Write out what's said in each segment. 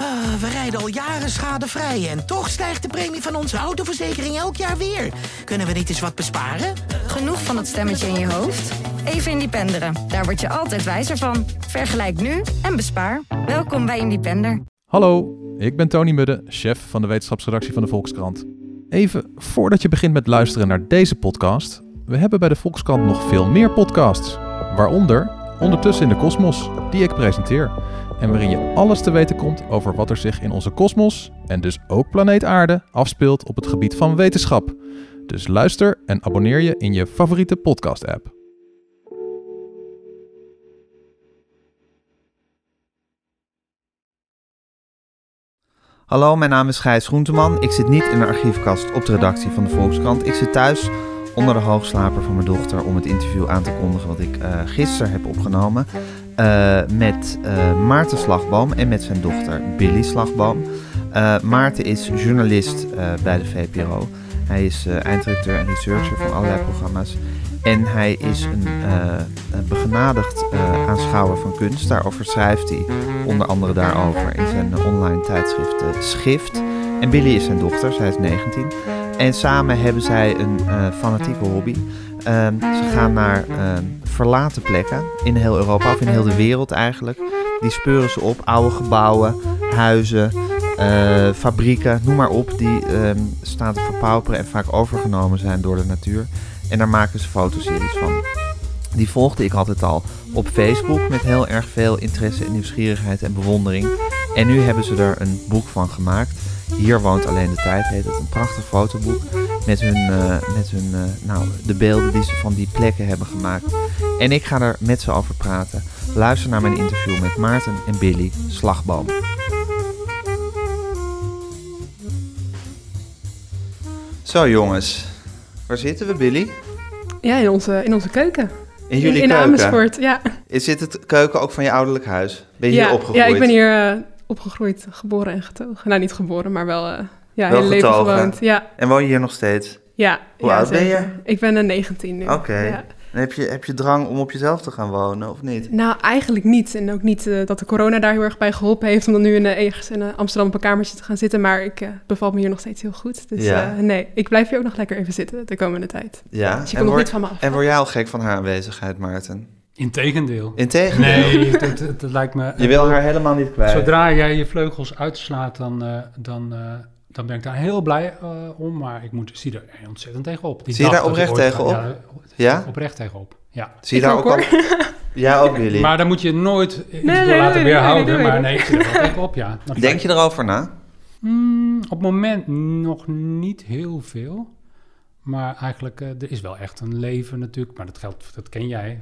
We rijden al jaren schadevrij en toch stijgt de premie van onze autoverzekering elk jaar weer. Kunnen we niet eens wat besparen? Genoeg van dat stemmetje in je hoofd? Even Independeren. Daar word je altijd wijzer van. Vergelijk nu en bespaar. Welkom bij Independer. Hallo, ik ben Tony Mudde, chef van de wetenschapsredactie van de Volkskrant. Even voordat je begint met luisteren naar deze podcast. We hebben bij de Volkskrant nog veel meer podcasts. Waaronder Ondertussen in de Kosmos, die ik presenteer. En waarin je alles te weten komt over wat er zich in onze kosmos, en dus ook planeet Aarde, afspeelt op het gebied van wetenschap. Dus luister en abonneer je in je favoriete podcast-app. Hallo, mijn naam is Gijs Groenteman. Ik zit niet in de archiefkast op de redactie van de Volkskrant. Ik zit thuis onder de hoogslaper van mijn dochter om het interview aan te kondigen wat ik gisteren heb opgenomen met Maarten Slagboom en met zijn dochter Billy Slagboom. Maarten is journalist bij de VPRO. Hij is eindredacteur en researcher van allerlei programma's. En hij is een begenadigd aanschouwer van kunst. Daarover schrijft hij onder andere daarover in zijn online tijdschrift Schrift. En Billy is zijn dochter, zij is 19. En samen hebben zij een fanatieke hobby. Ze gaan naar verlaten plekken in heel Europa of in heel de wereld eigenlijk. Die speuren ze op, oude gebouwen, huizen, fabrieken, noem maar op. Die staan te verpauperen en vaak overgenomen zijn door de natuur. En daar maken ze fotoseries van. Die volgde ik altijd al op Facebook met heel erg veel interesse en nieuwsgierigheid en bewondering. En nu hebben ze er een boek van gemaakt. Hier woont alleen de tijd, heet het. Een prachtig fotoboek met de beelden die ze van die plekken hebben gemaakt. En ik ga er met ze over praten. Luister naar mijn interview met Maarten en Billy Slagboom. Zo jongens, waar zitten we, Billy? Ja, in onze keuken. In jullie in keuken? Amersfoort, ja. Zit het keuken ook van je ouderlijk huis? Ben je hier opgegroeid? Ja, ik ben hier opgegroeid, geboren en getogen. Nou, niet geboren, maar wel wel heel leven getogen. gewoond. Ja. En woon je hier nog steeds? Ja. Hoe oud ben je? Ik ben 19 nu. Oké. Ja. En heb je drang om op jezelf te gaan wonen, of niet? Nou, eigenlijk niet. En ook niet dat de corona daar heel erg bij geholpen heeft om dan nu ergens in Amsterdam op een kamertje te gaan zitten. Maar ik bevalt me hier nog steeds heel goed. Dus nee, ik blijf hier ook nog lekker even zitten de komende tijd. Ja. Dus je komt nog niet van me af. En word jij al gek van haar aanwezigheid, Maarten? Integendeel. Integendeel? Nee, dat lijkt me... Je wil haar helemaal niet kwijt. Zodra jij je vleugels uitslaat, dan ben ik daar heel blij om. Maar zie er ontzettend tegenop. Zie je daar oprecht tegenop? Ja? Oprecht tegenop, ja. Zie je daar ook al... Ja, ook Billy. Maar dan moet je nooit laten weerhouden. Maar nee, ik zie er wel tegenop, ja. Denk je erover na? Op het moment nog niet heel veel. Maar eigenlijk, er is wel echt een leven natuurlijk. Maar dat ken jij.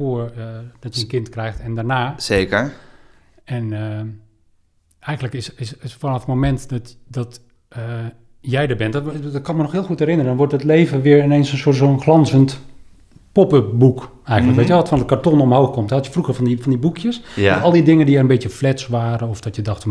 Dat je een kind krijgt en daarna. Zeker. En eigenlijk is vanaf het moment dat jij er bent, dat kan me nog heel goed herinneren, dan wordt het leven weer ineens een soort zo'n glanzend pop-up boek eigenlijk. Mm-hmm. Weet je, wat van het karton omhoog komt. Dat had je vroeger van die boekjes. Ja. Al die dingen die een beetje flats waren of dat je dacht,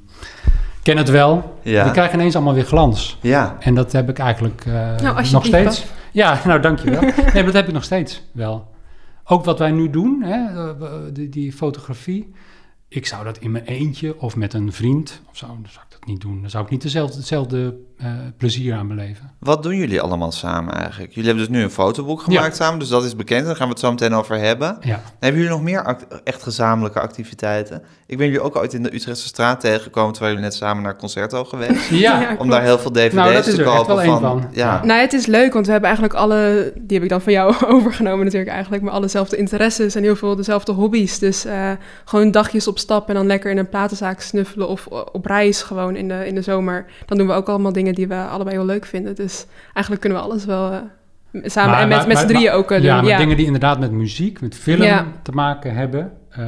ken het wel. Ja. Die krijgen ineens allemaal weer glans. Ja. En dat heb ik eigenlijk nog steeds. Pap. Ja, nou dankjewel. Nee, maar dat heb ik nog steeds wel. Ook wat wij nu doen, hè, die fotografie. Ik zou dat in mijn eentje of met een vriend, of zo, dan zou ik dat niet doen. Dan zou ik niet hetzelfde plezier aan beleven. Wat doen jullie allemaal samen eigenlijk? Jullie hebben dus nu een fotoboek gemaakt samen, dus dat is bekend. Daar gaan we het zo meteen over hebben. Ja. Hebben jullie nog meer echt gezamenlijke activiteiten? Ik ben jullie ook ooit in de Utrechtse straat tegengekomen, terwijl jullie net samen naar Concerto geweest. Ja, om daar heel veel dvd's te kopen van. Ja. Nou, het is leuk, want we hebben eigenlijk die heb ik dan van jou overgenomen natuurlijk eigenlijk, maar allezelfde interesses en heel veel dezelfde hobby's. Dus gewoon dagjes op stap en dan lekker in een platenzaak snuffelen of op reis gewoon in de zomer. Dan doen we ook allemaal dingen die we allebei heel leuk vinden. Dus eigenlijk kunnen we alles wel samen en met z'n drieën ook doen. Ja, maar dingen die inderdaad met muziek, met film te maken hebben.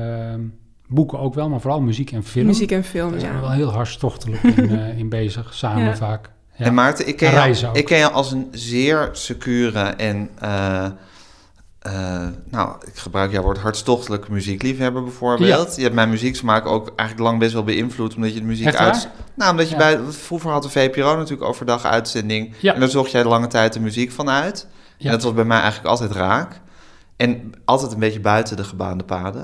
Boeken ook wel, maar vooral muziek en film. Muziek en film, Daar zijn we ja. wel heel hartstochtelijk in bezig, samen vaak. Ja. En Maarten, ik ken je als een zeer secure en... ik gebruik jouw woord hartstochtelijke muziekliefhebber bijvoorbeeld. Ja. Je hebt mijn muzieksmaak ook eigenlijk lang best wel beïnvloed, omdat je de muziek omdat je vroeger had de VPRO natuurlijk overdag uitzending. Ja. En daar zocht jij lange tijd de muziek van uit. Ja. En dat was bij mij eigenlijk altijd raak. En altijd een beetje buiten de gebaande paden.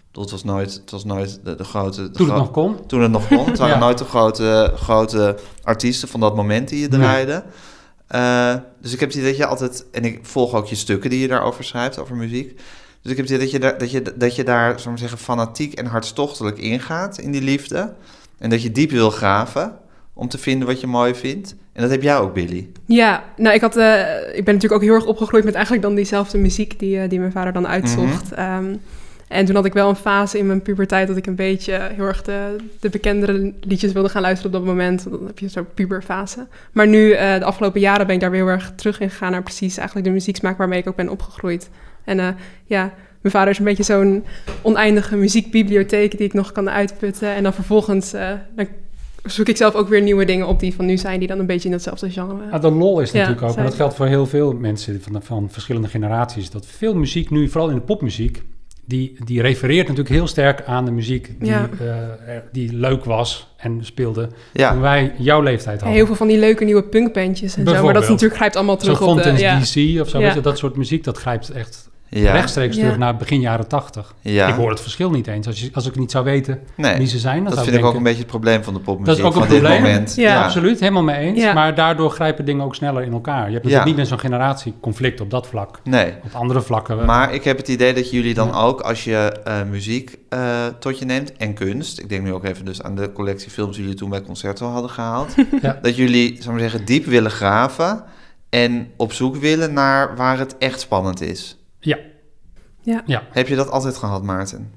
Het was nooit de grote... Toen het nog kon. Toen het nog kon. Het waren nooit de grote artiesten van dat moment die je draaide. Dus ik heb het idee dat je altijd... En ik volg ook je stukken die je daarover schrijft, over muziek. Dus ik heb het idee dat je daar, zullen we zeggen, fanatiek en hartstochtelijk ingaat in die liefde. En dat je diep wil graven om te vinden wat je mooi vindt. En dat heb jij ook, Billy. Ja, nou, ik ben natuurlijk ook heel erg opgegroeid met eigenlijk dan diezelfde muziek die mijn vader dan uitzocht. En toen had ik wel een fase in mijn puberteit dat ik een beetje heel erg de bekendere liedjes wilde gaan luisteren op dat moment. Dan heb je zo'n puberfase. Maar nu, de afgelopen jaren ben ik daar weer heel erg terug in gegaan naar precies eigenlijk de muzieksmaak waarmee ik ook ben opgegroeid. En mijn vader is een beetje zo'n oneindige muziekbibliotheek die ik nog kan uitputten. En dan vervolgens dan zoek ik zelf ook weer nieuwe dingen op die van nu zijn, die dan een beetje in hetzelfde genre. De lol is natuurlijk ook, en dat geldt voor heel veel mensen van verschillende generaties, dat veel muziek nu, vooral in de popmuziek, die refereert natuurlijk heel sterk aan de muziek die leuk was en speelde toen wij jouw leeftijd hadden. Heel veel van die leuke nieuwe punkbandjes en zo, maar dat natuurlijk grijpt allemaal terug op de... DC of zo, dat soort muziek, dat grijpt echt rechtstreeks terug naar begin jaren 80. Ja. Ik hoor het verschil niet eens. Als ik niet zou weten wie ze zijn... Dat vind ik ook een beetje het probleem van de popmuziek. Dat is ook een probleem. Dit moment. Ja, absoluut. Helemaal mee eens. Ja. Maar daardoor grijpen dingen ook sneller in elkaar. Je hebt natuurlijk niet met zo'n generatieconflict op dat vlak. Nee. Op andere vlakken. Maar ik heb het idee dat jullie dan ook, als je muziek tot je neemt en kunst... Ik denk nu ook even dus aan de collectie films die jullie toen bij Concerto hadden gehaald. Dat jullie, zou maar zeggen, diep willen graven en op zoek willen naar waar het echt spannend is. Ja. Heb je dat altijd gehad, Maarten?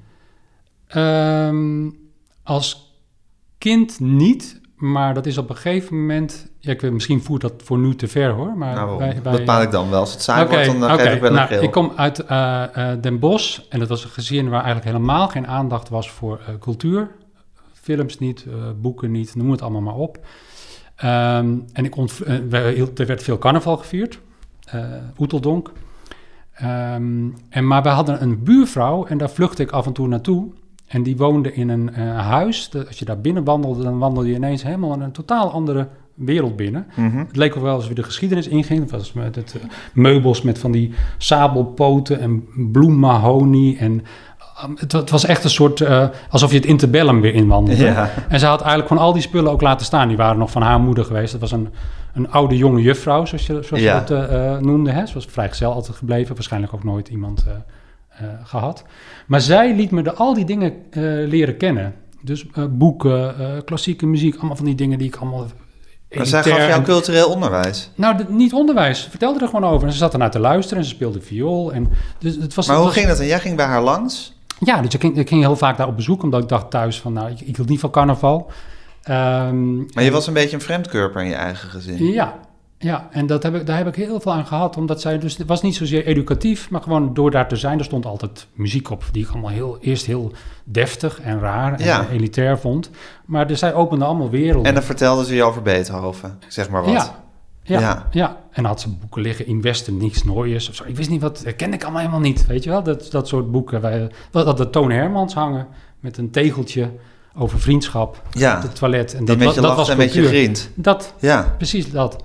Als kind niet, maar dat is op een gegeven moment... Ja, ik weet, misschien voert dat voor nu te ver, hoor. Maar dat bepaal ik dan wel. Als het saai wordt, dan geef ik wel een geel. Ik kom uit Den Bosch en dat was een gezin waar eigenlijk helemaal geen aandacht was voor cultuur. Films niet, boeken niet, noem het allemaal maar op. En er werd veel carnaval gevierd, Oeteldonk. Maar we hadden een buurvrouw en daar vluchtte ik af en toe naartoe. En die woonde in een huis. Als je daar binnen wandelde, dan wandelde je ineens helemaal in een totaal andere wereld binnen. Mm-hmm. Het leek ook wel alsof je de geschiedenis inging. Het was met meubels met van die sabelpoten en bloemmahonie. En het was echt een soort... alsof je het interbellum weer inwandelde. Ja. En ze had eigenlijk gewoon al die spullen ook laten staan. Die waren nog van haar moeder geweest. Dat was een oude jonge juffrouw, zoals je dat noemde. Hè? Ze was vrijgezel altijd gebleven. Waarschijnlijk ook nooit iemand gehad. Maar zij liet me al die dingen leren kennen. Dus boeken, klassieke muziek. Allemaal van die dingen die ik allemaal... Maar zij gaf jou cultureel onderwijs? Nou, niet onderwijs. Ze vertelde er gewoon over. En ze zat ernaar te luisteren en ze speelde viool. En dus maar hoe ging dat? En jij ging bij haar langs? Ja, dus ik ging heel vaak daar op bezoek. Omdat ik dacht thuis van, nou, ik hield niet van carnaval. Maar je was een beetje een vreemdkörper in je eigen gezin. Ja, en daar heb ik heel veel aan gehad. Omdat zij, dus het was niet zozeer educatief, maar gewoon door daar te zijn. Er stond altijd muziek op die ik allemaal eerst heel deftig en raar en elitair vond. Maar dus zij opende allemaal werelden. En dan vertelde ze je over Beethoven, zeg maar wat. Ja. En dan had ze boeken liggen in Westen, niks Nooiers of zo. Ik wist niet wat, dat kende ik allemaal helemaal niet, weet je wel. Dat soort boeken. We hadden Toon Hermans hangen met een tegeltje over vriendschap op het toilet. En dat was en met je vriend. Precies dat.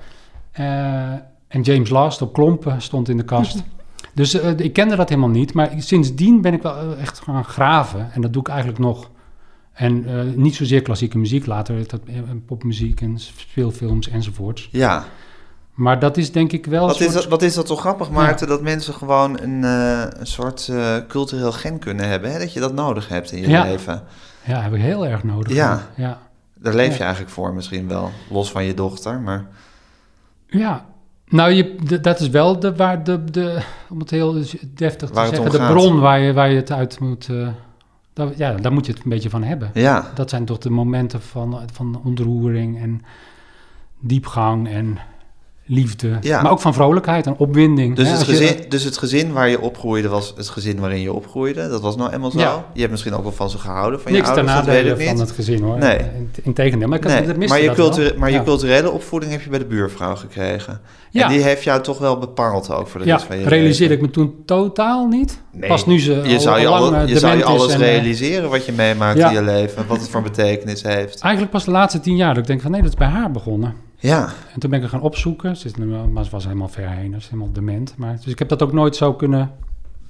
En James Last op klompen stond in de kast. Dus ik kende dat helemaal niet. Maar sindsdien ben ik wel echt gaan graven. En dat doe ik eigenlijk nog. En niet zozeer klassieke muziek. Later popmuziek en speelfilms enzovoorts. Ja. Maar dat is denk ik wel... Wat is dat toch grappig, Maarten, dat mensen gewoon een soort cultureel gen kunnen hebben. Hè? Dat je dat nodig hebt in je leven. Ja, heb ik heel erg nodig. Ja. Daar leef je eigenlijk voor misschien wel. Los van je dochter, maar... Ja, nou, dat is wel om het heel deftig te zeggen, de bron waar je het uit moet... daar moet je het een beetje van hebben. Ja. Dat zijn toch de momenten van ontroering en diepgang en liefde. Ja. Maar ook van vrolijkheid en opwinding. Dus het gezin waar je opgroeide was het gezin waarin je opgroeide. Dat was nou eenmaal zo. Ja. Je hebt misschien ook wel van ze gehouden, van je ouders. Niks ten nadele van het gezin, hoor. Nee. Integendeel. Maar je culturele opvoeding heb je bij de buurvrouw gekregen. Ja. En die heeft jou toch wel bepaald ook voor de rest van je leven. Realiseerde ik me toen totaal niet. Nee. Pas nu je zou je alles realiseren wat je meemaakt in je leven. Wat het voor betekenis heeft. Eigenlijk pas de laatste 10 jaar dat ik denk van nee, dat is bij haar begonnen. Ja. En toen ben ik er gaan opzoeken. Maar ze was helemaal ver heen. Ze is helemaal dement. Dus ik heb dat ook nooit zo kunnen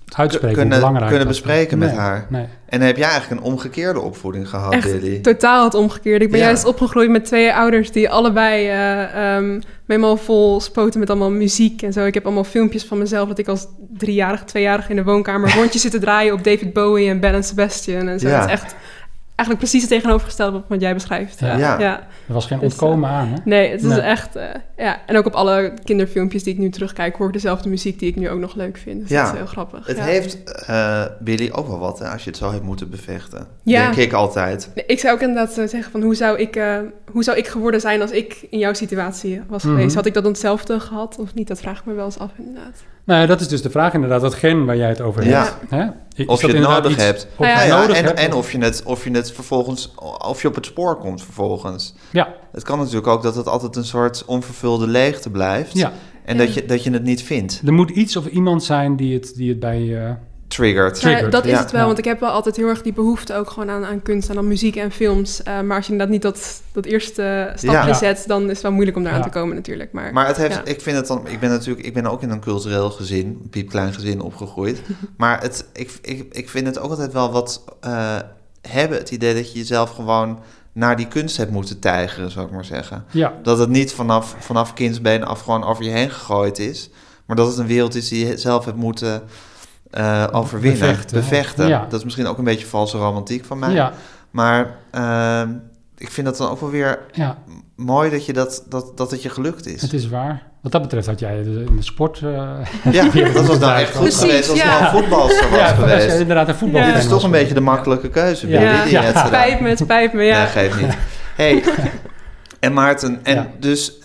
uitspreken hoe belangrijk kunnen dat bespreken met Nee, haar. nee. En heb jij eigenlijk een omgekeerde opvoeding gehad, Echt Billy? totaal het omgekeerde. Ik ben Ja. juist opgegroeid met 2 ouders die allebei me helemaal vol spoten met allemaal muziek en zo. Ik heb allemaal filmpjes van mezelf dat ik als 3-jarige, 2-jarige in de woonkamer rondjes zit te draaien op David Bowie en Ben & Sebastian en zo. Ja. Het is echt eigenlijk precies het tegenovergestelde wat jij beschrijft. Ja. Ja. Er was geen Dus, ontkomen aan, hè? Nee, het is Nee. echt... ja. En ook op alle kinderfilmpjes die ik nu terugkijk, hoor ik dezelfde muziek die ik nu ook nog leuk vind. Dus Ja. dat is heel grappig. Het ja. heeft, Billy, ook wel wat, hè, als je het zo hebt moeten bevechten. Ja. Denk ik altijd. Nee, ik zou ook inderdaad zeggen van hoe zou ik geworden zijn als ik in jouw situatie was geweest? Mhm. Had ik dat hetzelfde gehad of niet? Dat vraag ik me wel eens af inderdaad. Nou, dat is dus de vraag inderdaad, dat gen waar jij het over Ja. hebt. Hè? Is Of je dat het inderdaad nodig iets- hebt. Of Ja, je het ja. nodig hebt. En of je het vervolgens, of je op het spoor komt vervolgens. Ja, Het kan natuurlijk ook dat het altijd een soort onvervulde leegte blijft. ja. En dat je het niet vindt. Er moet iets of iemand zijn die het bij... Triggert. Triggert, Ja, dat is ja. het wel, Ja. want ik heb wel altijd heel erg die behoefte ook gewoon aan kunst en aan muziek en films. Maar als je inderdaad niet dat eerste stapje Ja. zet, dan is het wel moeilijk om daar aan Ja. te komen natuurlijk. Maar het heeft, ja. ik vind het dan, ik ben ook in een cultureel gezin, een piepklein gezin opgegroeid. Maar ik vind het ook altijd wel wat hebben, het idee dat je jezelf gewoon naar die kunst hebt moeten tijgeren, zou ik maar zeggen. Ja, Dat het niet vanaf kindsbeen af gewoon over je heen gegooid is, maar dat het een wereld is die je zelf hebt moeten overwinnen, bevechten. Ja. Dat is misschien ook een beetje valse romantiek van mij. ja, Maar ik vind dat dan ook wel weer ja, mooi dat het je gelukt is. het is waar. Wat dat betreft had jij in de sport... Ja, dat was nou echt goed Precies, geweest als ja. er een voetbalster was als geweest. jij inderdaad een voetbal. Ja. Dit is toch een beetje de makkelijke keuze, Ja. Billy, Ja. die je hebt gedaan. het spijt me, ja. Nee, geeft niet. Hey, en Maarten, en Ja. dus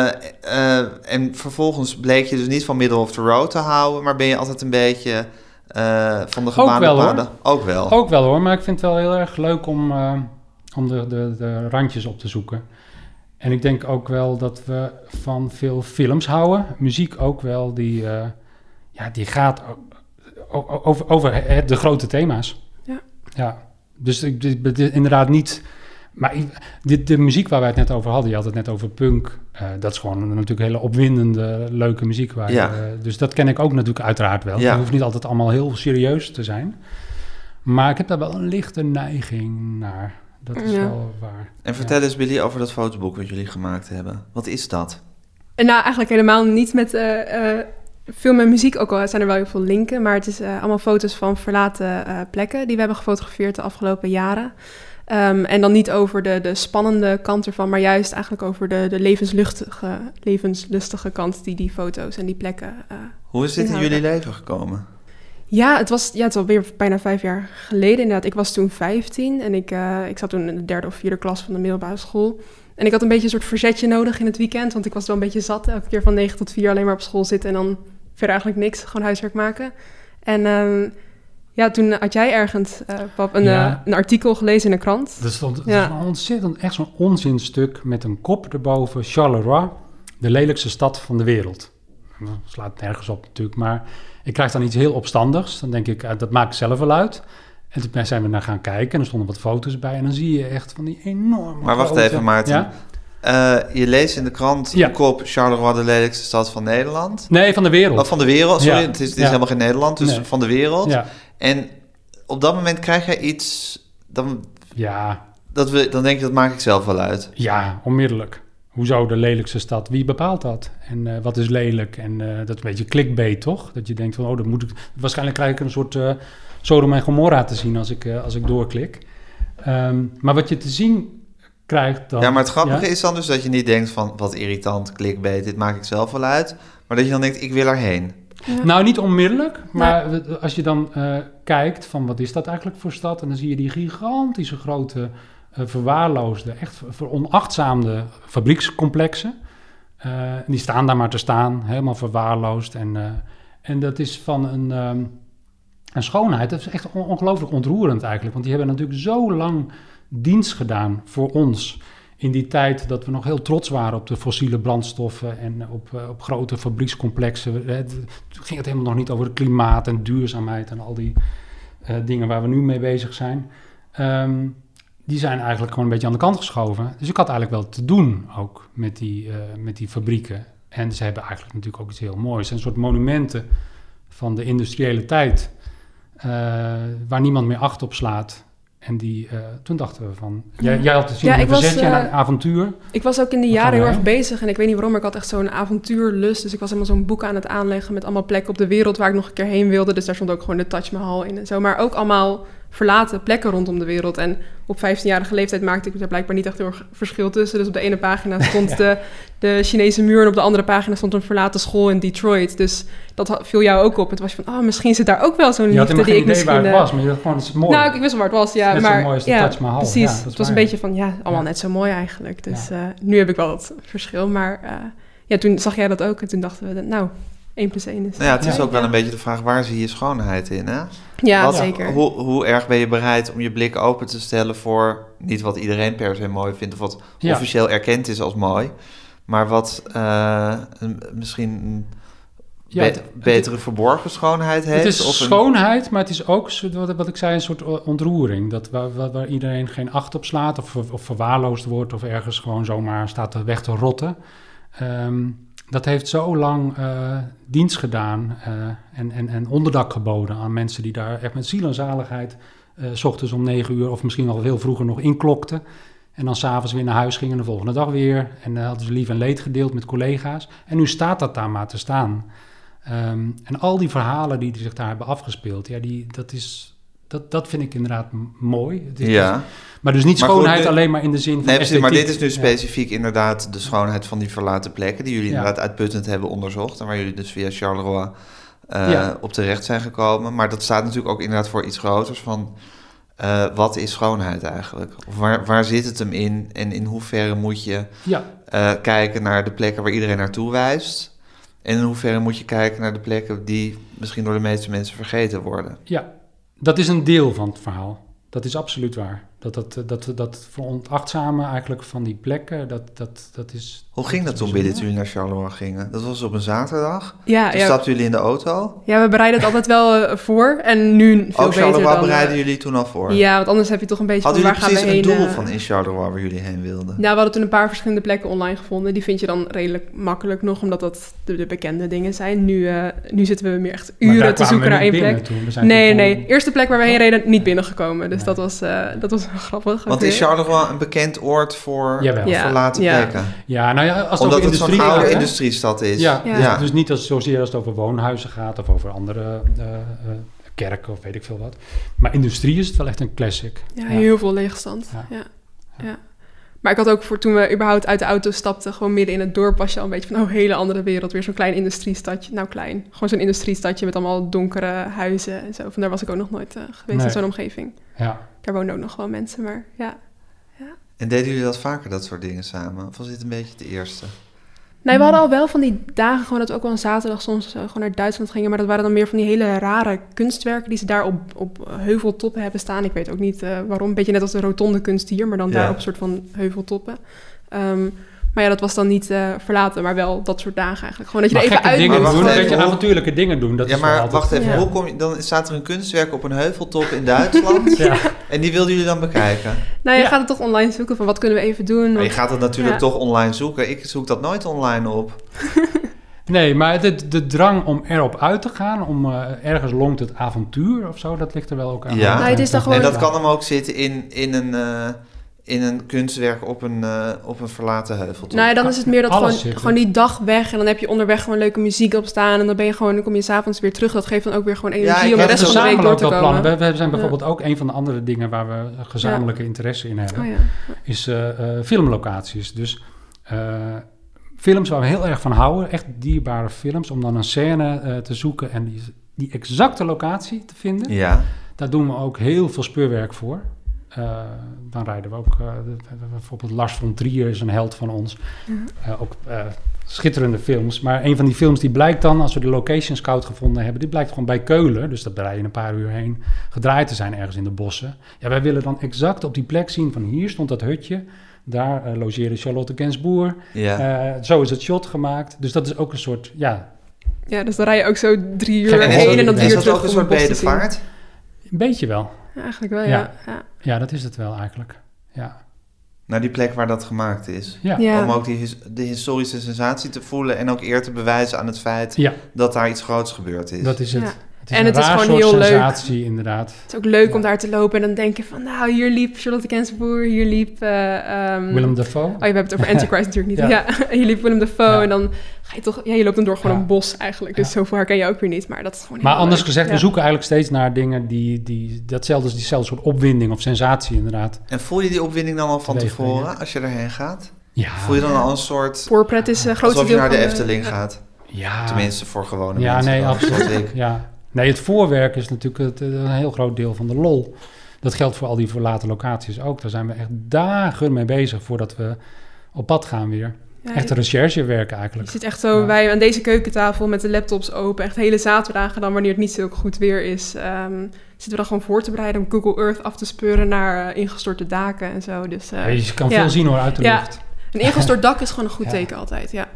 en vervolgens bleek je dus niet van middle of the road te houden, maar ben je altijd een beetje van de gebaande wel, hoor. paden? Ook wel. Ook wel hoor, maar ik vind het wel heel erg leuk om de randjes op te zoeken. En ik denk ook wel dat we van veel films houden. Muziek ook wel, die gaat over de grote thema's. Ja. Dus inderdaad niet... Maar de muziek waar wij het net over hadden, je had het net over punk. Dat is gewoon natuurlijk hele opwindende, leuke muziek. Dus dat ken ik ook natuurlijk uiteraard wel. Ja. Het hoeft niet altijd allemaal heel serieus te zijn. Maar ik heb daar wel een lichte neiging naar. Dat is wel waar. En vertel eens, Billy, over dat fotoboek wat jullie gemaakt hebben. Wat is dat? En nou, eigenlijk helemaal niet met film en muziek, ook al zijn er wel heel veel linken. Maar het is allemaal foto's van verlaten plekken die we hebben gefotografeerd de afgelopen jaren. En dan niet over de spannende kant ervan, maar juist eigenlijk over de levenslustige kant die foto's en die plekken Hoe is dit in inhouden. jullie leven gekomen? Ja, het is alweer bijna 5 jaar geleden inderdaad. Ik was toen 15 en ik zat toen in de 3e of 4e klas van de middelbare school. En ik had een beetje een soort verzetje nodig in het weekend, want ik was wel een beetje zat. Elke keer van 9 tot 4 alleen maar op school zitten en dan verder eigenlijk niks, gewoon huiswerk maken. En toen had jij ergens, pap, een artikel gelezen in een krant. Dat stond Ja. een ontzettend, echt zo'n onzinstuk met een kop erboven. Charleroi, de lelijkste stad van de wereld. Dat slaat nergens op natuurlijk, maar ik krijg dan iets heel opstandigs. Dan denk ik, dat maak ik zelf wel uit. En toen zijn we naar gaan kijken en er stonden wat foto's bij. En dan zie je echt van die enorme Maar wacht grote- even, Maarten. Ja? Je leest in de krant Ja. de kop Charleroi, de lelijkste stad van Nederland. Nee, van de wereld. Of van de wereld, sorry. Ja. Het is Ja. helemaal geen Nederland, dus Nee. van de wereld. Ja. En op dat moment krijg je iets, dan denk je, dat maak ik zelf wel uit. Ja, onmiddellijk. Hoezo de lelijkste stad? Wie bepaalt dat? En wat is lelijk? En dat is een beetje clickbait, toch? Dat je denkt van, dat moet ik... Waarschijnlijk krijg ik een soort Sodom en Gomorra te zien als ik doorklik. Maar wat je te zien krijgt dan... Ja, maar het grappige is dan dus dat je niet denkt van, wat irritant, clickbait, dit maak ik zelf wel uit. Maar dat je dan denkt, ik wil erheen. Ja. Nou, niet onmiddellijk, maar als je dan kijkt van wat is dat eigenlijk voor stad? En dan zie je die gigantische grote, verwaarloosde, echt veronachtzaamde fabriekscomplexen. Die staan daar maar te staan, helemaal verwaarloosd. En dat is van een schoonheid, dat is echt ongelooflijk ontroerend eigenlijk. Want die hebben natuurlijk zo lang dienst gedaan voor ons. In die tijd dat we nog heel trots waren op de fossiele brandstoffen en op grote fabriekscomplexen. Toen ging het helemaal nog niet over het klimaat en duurzaamheid en al die dingen waar we nu mee bezig zijn. Die zijn eigenlijk gewoon een beetje aan de kant geschoven. Dus ik had eigenlijk wel te doen ook met die fabrieken. En ze hebben eigenlijk natuurlijk ook iets heel moois. Een soort monumenten van de industriële tijd, waar niemand meer acht op slaat. En toen dachten we van... Jij had het een verzetje en een avontuur. Ik was ook in die jaren heel erg bezig. En ik weet niet waarom, maar ik had echt zo'n avontuurlust. Dus ik was helemaal zo'n boek aan het aanleggen met allemaal plekken op de wereld waar ik nog een keer heen wilde. Dus daar stond ook gewoon de Taj Mahal in en zo. Maar ook allemaal verlaten plekken rondom de wereld. En op 15-jarige leeftijd maakte ik er blijkbaar niet echt heel erg verschil tussen. Dus op de ene pagina stond de Chinese muur en op de andere pagina stond een verlaten school in Detroit. Dus dat viel jou ook op. En toen was je van, misschien zit daar ook wel zo'n liefde die ik misschien... waar het was, maar je dacht gewoon, het is mooi. Nou, ik wist wel waar het was, ja. Net maar, zo mooi als de Taj Mahal. Precies. Ja, het was een beetje van, allemaal net zo mooi eigenlijk. Dus nu heb ik wel dat verschil. Maar toen zag jij dat ook en toen dachten we, 1 + 1 is... Het is ook wel een beetje de vraag, waar zie je schoonheid in, hè? Ja, zeker. Hoe erg ben je bereid om je blik open te stellen voor niet wat iedereen per se mooi vindt of wat officieel erkend is als mooi, maar wat misschien betere verborgen schoonheid heeft? Het is schoonheid, maar het is ook, wat ik zei, een soort ontroering. Waar iedereen geen acht op slaat of verwaarloosd wordt of ergens gewoon zomaar staat weg te rotten. Dat heeft zo lang dienst gedaan en onderdak geboden aan mensen die daar echt met ziel en zaligheid 's ochtends om 9 uur of misschien al veel vroeger nog inklokten. En dan 's avonds weer naar huis gingen de volgende dag weer. En hadden ze lief en leed gedeeld met collega's. En nu staat dat daar maar te staan. En al die verhalen die zich daar hebben afgespeeld, dat vind ik inderdaad mooi. Maar dus niet schoonheid alleen maar in de zin van esthetiek. Maar dit is nu specifiek inderdaad de schoonheid van die verlaten plekken die jullie inderdaad uitputtend hebben onderzocht en waar jullie dus via Charleroi op terecht zijn gekomen. Maar dat staat natuurlijk ook inderdaad voor iets groters van wat is schoonheid eigenlijk? Of waar zit het hem in en in hoeverre moet je kijken naar de plekken waar iedereen naartoe wijst en in hoeverre moet je kijken naar de plekken die misschien door de meeste mensen vergeten worden? Ja, dat is een deel van het verhaal. Dat is absoluut waar. Dat veronachtzamen eigenlijk van die plekken, dat is... Hoe ging dat toen binnen toen jullie naar Charleroi gingen? Dat was op een zaterdag? Ja. Toen stapten jullie in de auto? Ja, we bereiden het altijd wel voor en nu veel beter dan... Charleroi bereiden jullie toen al voor? Ja, want anders heb je toch een beetje van waar gaan we heen... Hadden jullie precies een doel van in Charleroi waar jullie heen wilden? Ja, we hadden toen een paar verschillende plekken online gevonden. Die vind je dan redelijk makkelijk nog, omdat dat de bekende dingen zijn. Nu zitten we meer echt uren te zoeken naar één plek. Nee. Eerste plek waar we heen reden, niet binnengekomen. Dus dat was grappig. Want is Charleroi een bekend oord voor verlaten plekken? Ja, als het omdat het zo'n oude industriestad is. Ja. Dus niet zozeer als het over woonhuizen gaat of over andere kerken of weet ik veel wat. Maar industrie is het wel echt een classic. Ja, heel veel leegstand. Ja. Maar ik had ook toen we überhaupt uit de auto stapten, gewoon midden in het dorp was je al een beetje van, hele andere wereld. Weer zo'n klein industriestadje. Nou, klein. Gewoon zo'n industriestadje met allemaal donkere huizen en zo. Vandaar was ik ook nog nooit geweest in zo'n omgeving. Ja. Daar wonen ook nog wel mensen, maar ja. En deden jullie dat vaker, dat soort dingen samen? Of was dit een beetje de eerste? Nee, we hadden al wel van die dagen gewoon dat we ook wel een zaterdag soms gewoon naar Duitsland gingen. Maar dat waren dan meer van die hele rare kunstwerken die ze daar op heuveltoppen hebben staan. Ik weet ook niet waarom. Een beetje net als de rotonde kunst hier, maar dan daar op een soort van heuveltoppen. Maar dat was dan niet verlaten, maar wel dat soort dagen eigenlijk. Gewoon dat je er even uit moet. Een beetje avontuurlijke dingen doen. Dat is maar wacht even. Hoe kom je, dan staat er een kunstwerk op een heuveltop in Duitsland. En die wilden jullie dan bekijken? Nou, je gaat het toch online zoeken van wat kunnen we even doen. Maar je gaat het natuurlijk toch online zoeken. Ik zoek dat nooit online op. Nee, maar de drang om erop uit te gaan, om ergens longt het avontuur of zo, dat ligt er wel ook aan. Ja, het is dan gewoon... en dat kan hem ook zitten in een kunstwerk op een verlaten heuveltop. Nou ja, dan is het meer dat gewoon die dag weg en dan heb je onderweg gewoon leuke muziek op staan en dan kom je 's avonds weer terug. Dat geeft dan ook weer gewoon energie om de rest van de week door te komen. We zijn bijvoorbeeld ook een van de andere dingen waar we gezamenlijke interesse in hebben, is filmlocaties. Dus films waar we heel erg van houden, echt dierbare films, om dan een scène te zoeken en die exacte locatie te vinden. Ja. Daar doen we ook heel veel speurwerk voor. Dan rijden we ook... bijvoorbeeld Lars von Trier is een held van ons. Ook schitterende films. Maar een van die films die blijkt dan, als we de location scout gevonden hebben, die blijkt gewoon bij Keulen, dus daar rijden een paar uur heen, gedraaid te zijn ergens in de bossen. Ja, wij willen dan exact op die plek zien van hier stond dat hutje, daar logeerde Charlotte Gainsbourg. Ja. Zo is het shot gemaakt. Dus dat is ook een soort... Ja, dus dan rij je ook zo 3 uur heen en dan 3 uur terug. Is dat ook een soort bedevaart? Een beetje wel. Ja, eigenlijk wel, ja. Ja, dat is het wel eigenlijk. Ja. Naar die plek waar dat gemaakt is. Ja. Ja. Om ook de historische sensatie te voelen en ook eer te bewijzen aan het feit dat daar iets groots gebeurd is. Dat is het. Ja. Het is En een het is raar gewoon soort heel sensatie, inderdaad. Het is ook leuk om daar te lopen en dan denk je van, nou, hier liep Charlotte Gainsbourg, hier liep... Willem Dafoe. Oh, we hebben het over Antichrist natuurlijk niet. Ja. Ja, hier liep Willem Dafoe Ja. en dan ga je toch... Ja, je loopt dan door gewoon Ja. een bos eigenlijk. Dus Ja. zoveel herken je ook weer niet, maar dat is gewoon Maar heel anders leuk. gezegd, Ja. we zoeken eigenlijk steeds naar dingen die diezelfde soort opwinding of sensatie inderdaad. En voel je die opwinding dan al van Teweeg tevoren brengen. als je erheen gaat? Ja. Voel je dan al een soort... Voorpret is een grootste alsof je deel naar de van Efteling gaat? Ja. Tenminste, voor gewone Ja, mensen. nee, dan, absoluut. zoals ik. Ja. Nee, het voorwerk is natuurlijk een heel groot deel van de lol. Dat geldt voor al die verlaten locaties ook. Daar zijn we echt dagen mee bezig voordat we op pad gaan weer. Ja, Echt een recherchewerk je eigenlijk. zit echt zo wij aan deze keukentafel met de laptops open. Echt hele zaterdagen dan, wanneer het niet zo goed weer is. Zitten we dan gewoon voor te bereiden om Google Earth af te speuren naar ingestorte daken en zo. Dus, Ja, je kan ja. veel zien hoor, uit de Ja. lucht. Een ingestort dak is gewoon een goed Ja. teken altijd, ja.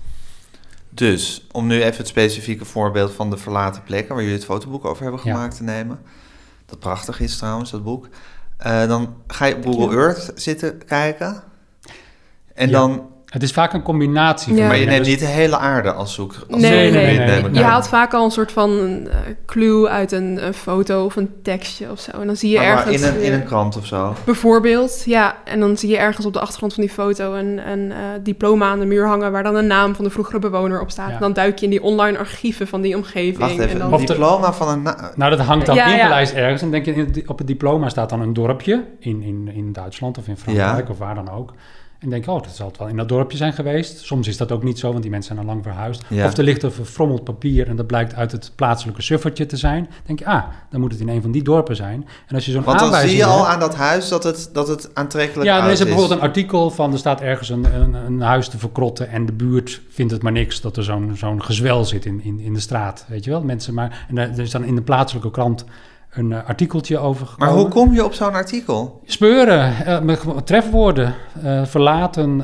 Dus, om nu even het specifieke voorbeeld van de verlaten plekken... waar jullie het fotoboek over hebben Ja. gemaakt te nemen. Dat prachtig is trouwens, dat boek. Dan ga je op Google Earth zitten kijken. En Ja. dan... Het is vaak een combinatie van Ja. Maar je dingen. neemt Dus- niet de hele aarde als zoek. Als Nee. nee. Je haalt vaak al een soort van clue uit een foto of een tekstje of zo. En dan zie je Maar ergens... in een krant of zo. Bijvoorbeeld, ja. En dan zie je ergens op de achtergrond van die foto een diploma aan de muur hangen... waar dan een naam van de vroegere bewoner op staat. Ja. En dan duik je in die online archieven van die omgeving. Wacht even, en dan... een diploma van een... Nou, dat hangt dan Ja, ja. ingelijst ergens. En denk je, op het diploma staat dan een dorpje in Duitsland of in Frankrijk of waar dan ook. En denk je, dat zal het wel in dat dorpje zijn geweest. Soms is dat ook niet zo, want die mensen zijn al lang verhuisd. Ja. Of er ligt een verfrommeld papier en dat blijkt uit het plaatselijke suffertje te zijn. Denk je, dan moet het in een van die dorpen zijn. En als je zo'n Want dan aanwijzing zie je al hebt- aan dat huis dat het aantrekkelijk Ja, dan oud is er bijvoorbeeld een artikel van, er staat ergens een huis te verkrotten en de buurt vindt het maar niks dat er zo'n gezwel zit in de straat, weet je wel. Mensen maar, en er is dan in de plaatselijke krant een artikeltje over Maar gekomen. hoe kom je op zo'n artikel? Speuren, met trefwoorden, verlaten.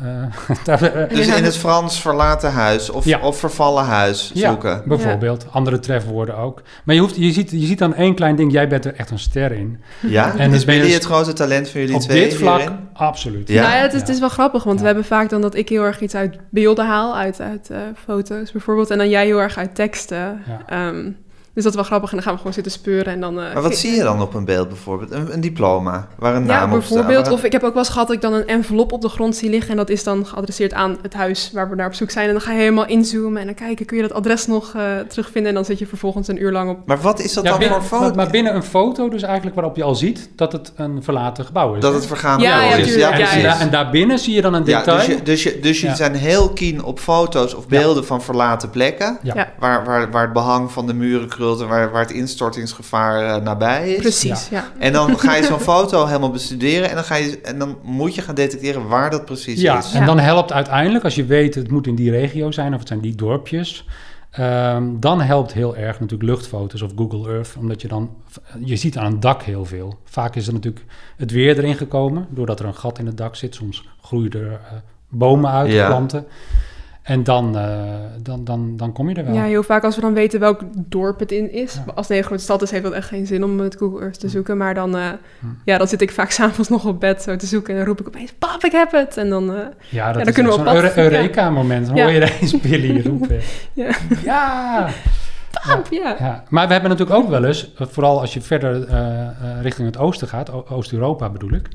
Dus in het Frans verlaten huis of vervallen huis zoeken. Ja, bijvoorbeeld. Andere trefwoorden ook. Maar je ziet dan één klein ding, jij bent er echt een ster in. Ja? En En dus is ben je Billy het grote talent van jullie Op twee dit vlak, hierin? absoluut. Ja? Nou ja, het is wel grappig, want Ja. we hebben vaak dan dat ik heel erg iets uit beelden haal, uit foto's bijvoorbeeld, en dan jij heel erg uit teksten. Ja. Dus dat is wel grappig en dan gaan we gewoon zitten speuren en dan... Maar wat zie je dan op een beeld bijvoorbeeld? Een diploma waar een Ja, naam op staat. bijvoorbeeld. waar Of ik heb ook wel eens gehad dat ik dan een envelop op de grond zie liggen en dat is dan geadresseerd aan het huis waar we naar op zoek zijn. En dan ga je helemaal inzoomen en dan kijken, kun je dat adres nog terugvinden en dan zit je vervolgens een uur lang op... Maar wat is dat Ja, dan binnen, voor foto? maar binnen een foto dus eigenlijk waarop je al ziet dat het een verlaten gebouw is. Dat hè? het vergaan Ja, is. ja, tuurlijk, ja, precies. ja. En daarbinnen zie je dan een Ja, detail. dus jullie Ja. zijn heel keen op foto's of beelden van verlaten plekken. Ja. Ja. Waar het behang van de muren krult en waar het instortingsgevaar nabij is. Precies, ja. En dan ga je zo'n foto helemaal bestuderen en dan moet je gaan detecteren waar dat precies Ja, is. en dan helpt uiteindelijk, als je weet het moet in die regio zijn of het zijn die dorpjes, dan helpt heel erg natuurlijk luchtfoto's of Google Earth, omdat je ziet aan een dak heel veel. Vaak is er natuurlijk het weer erin gekomen, doordat er een gat in het dak zit. Soms groeien er bomen uit, Ja. planten. En dan kom je er wel. Ja, heel vaak als we dan weten welk dorp het in is. Als het een hele grote stad is, heeft dat echt geen zin om met Google Earth te zoeken. Maar dan, dan zit ik vaak 's avonds nog op bed zo te zoeken. En dan roep ik opeens, pap, ik heb het! En dan, Ja, dat dan is kunnen we zo'n op pad. Eureka-moment. Dan Ja. hoor je ineens Billy roepen. Ja. Ja! Pap, ja. Ja, maar we hebben natuurlijk ook wel eens, vooral als je verder richting het oosten gaat, Oost-Europa bedoel ik,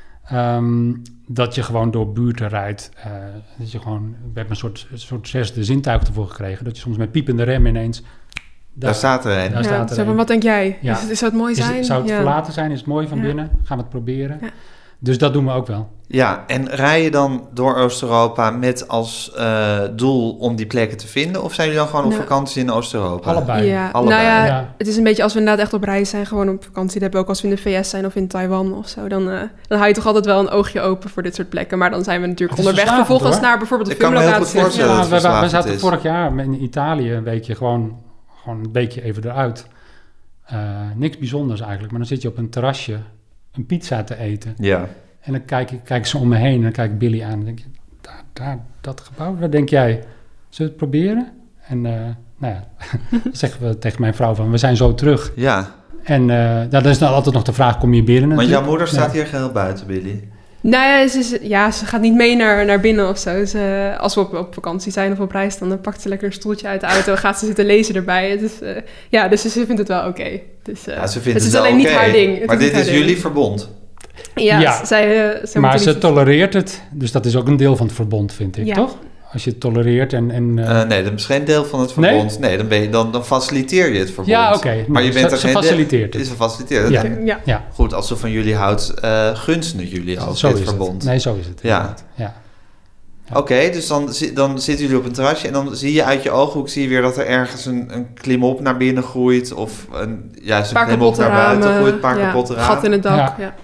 dat je gewoon door buurten rijdt. Dat je gewoon, we hebben een soort zesde zintuig ervoor gekregen, dat je soms met piepende rem ineens... Daar staat er een. Daar staat er Zo van, een. wat denk jij? Ja. Zou het mooi zijn? Zou het Ja. verlaten zijn? Is het mooi van Ja. binnen? Gaan we het proberen? Ja. Dus dat doen we ook wel. Ja, en rij je dan door Oost-Europa met als doel om die plekken te vinden? Of zijn jullie dan gewoon op Nou, vakantie in Oost-Europa? Allebei. Ja, Allebei. nou ja, Ja. het is een beetje als we inderdaad echt op reis zijn, gewoon op vakantie. Dat hebben we ook als we in de VS zijn of in Taiwan of zo. Dan hou je toch altijd wel een oogje open voor dit soort plekken. Maar dan zijn we natuurlijk Het is onderweg verslavend, vervolgens hoor. naar bijvoorbeeld de Ik kan me heel goed filmlocatie. voorstellen. dat het we verslavend zaten is. vorig jaar in Italië een weekje gewoon een weekje even eruit. Niks bijzonders eigenlijk, maar dan zit je op een terrasje een pizza te eten. Ja. En dan kijk ik zo om me heen en dan kijk ik Billy aan en dan denk je, daar, dat gebouw, wat denk jij? Zullen we het proberen? En dan zeggen we tegen mijn vrouw van, we zijn zo terug. Ja, En dan is dan altijd nog de vraag, kom je binnen want natuurlijk? jouw moeder staat Ja. hier geheel buiten, Billy. Nou ja, ze gaat niet mee naar binnen of zo. Als we op vakantie zijn of op reis, dan pakt ze lekker een stoeltje uit de auto... gaat ze zitten lezen erbij. Dus ze vindt het wel oké. Dus, ze vindt het is alleen niet haar ding. Maar dit is jullie verbond? Ja. Maar ze tolereert het. Dus dat is ook een deel van het verbond, vind ik, toch? Als je het tolereert nee, dat is geen deel van het verbond. Nee, dan faciliteer je het verbond. Ja, oké. Maar je bent er ze faciliteert het. Ze faciliteert het. Ja. Goed, als ze van jullie houdt, gunsten jullie ook dit verbond. Nee, zo is het. Ja. Oké, dus dan zitten jullie op een terrasje... en dan zie je uit je ooghoek weer dat er ergens een klimop naar binnen groeit... of een klimop naar buiten groeit, een paar kapotte ramen. Gat in het dak, ja.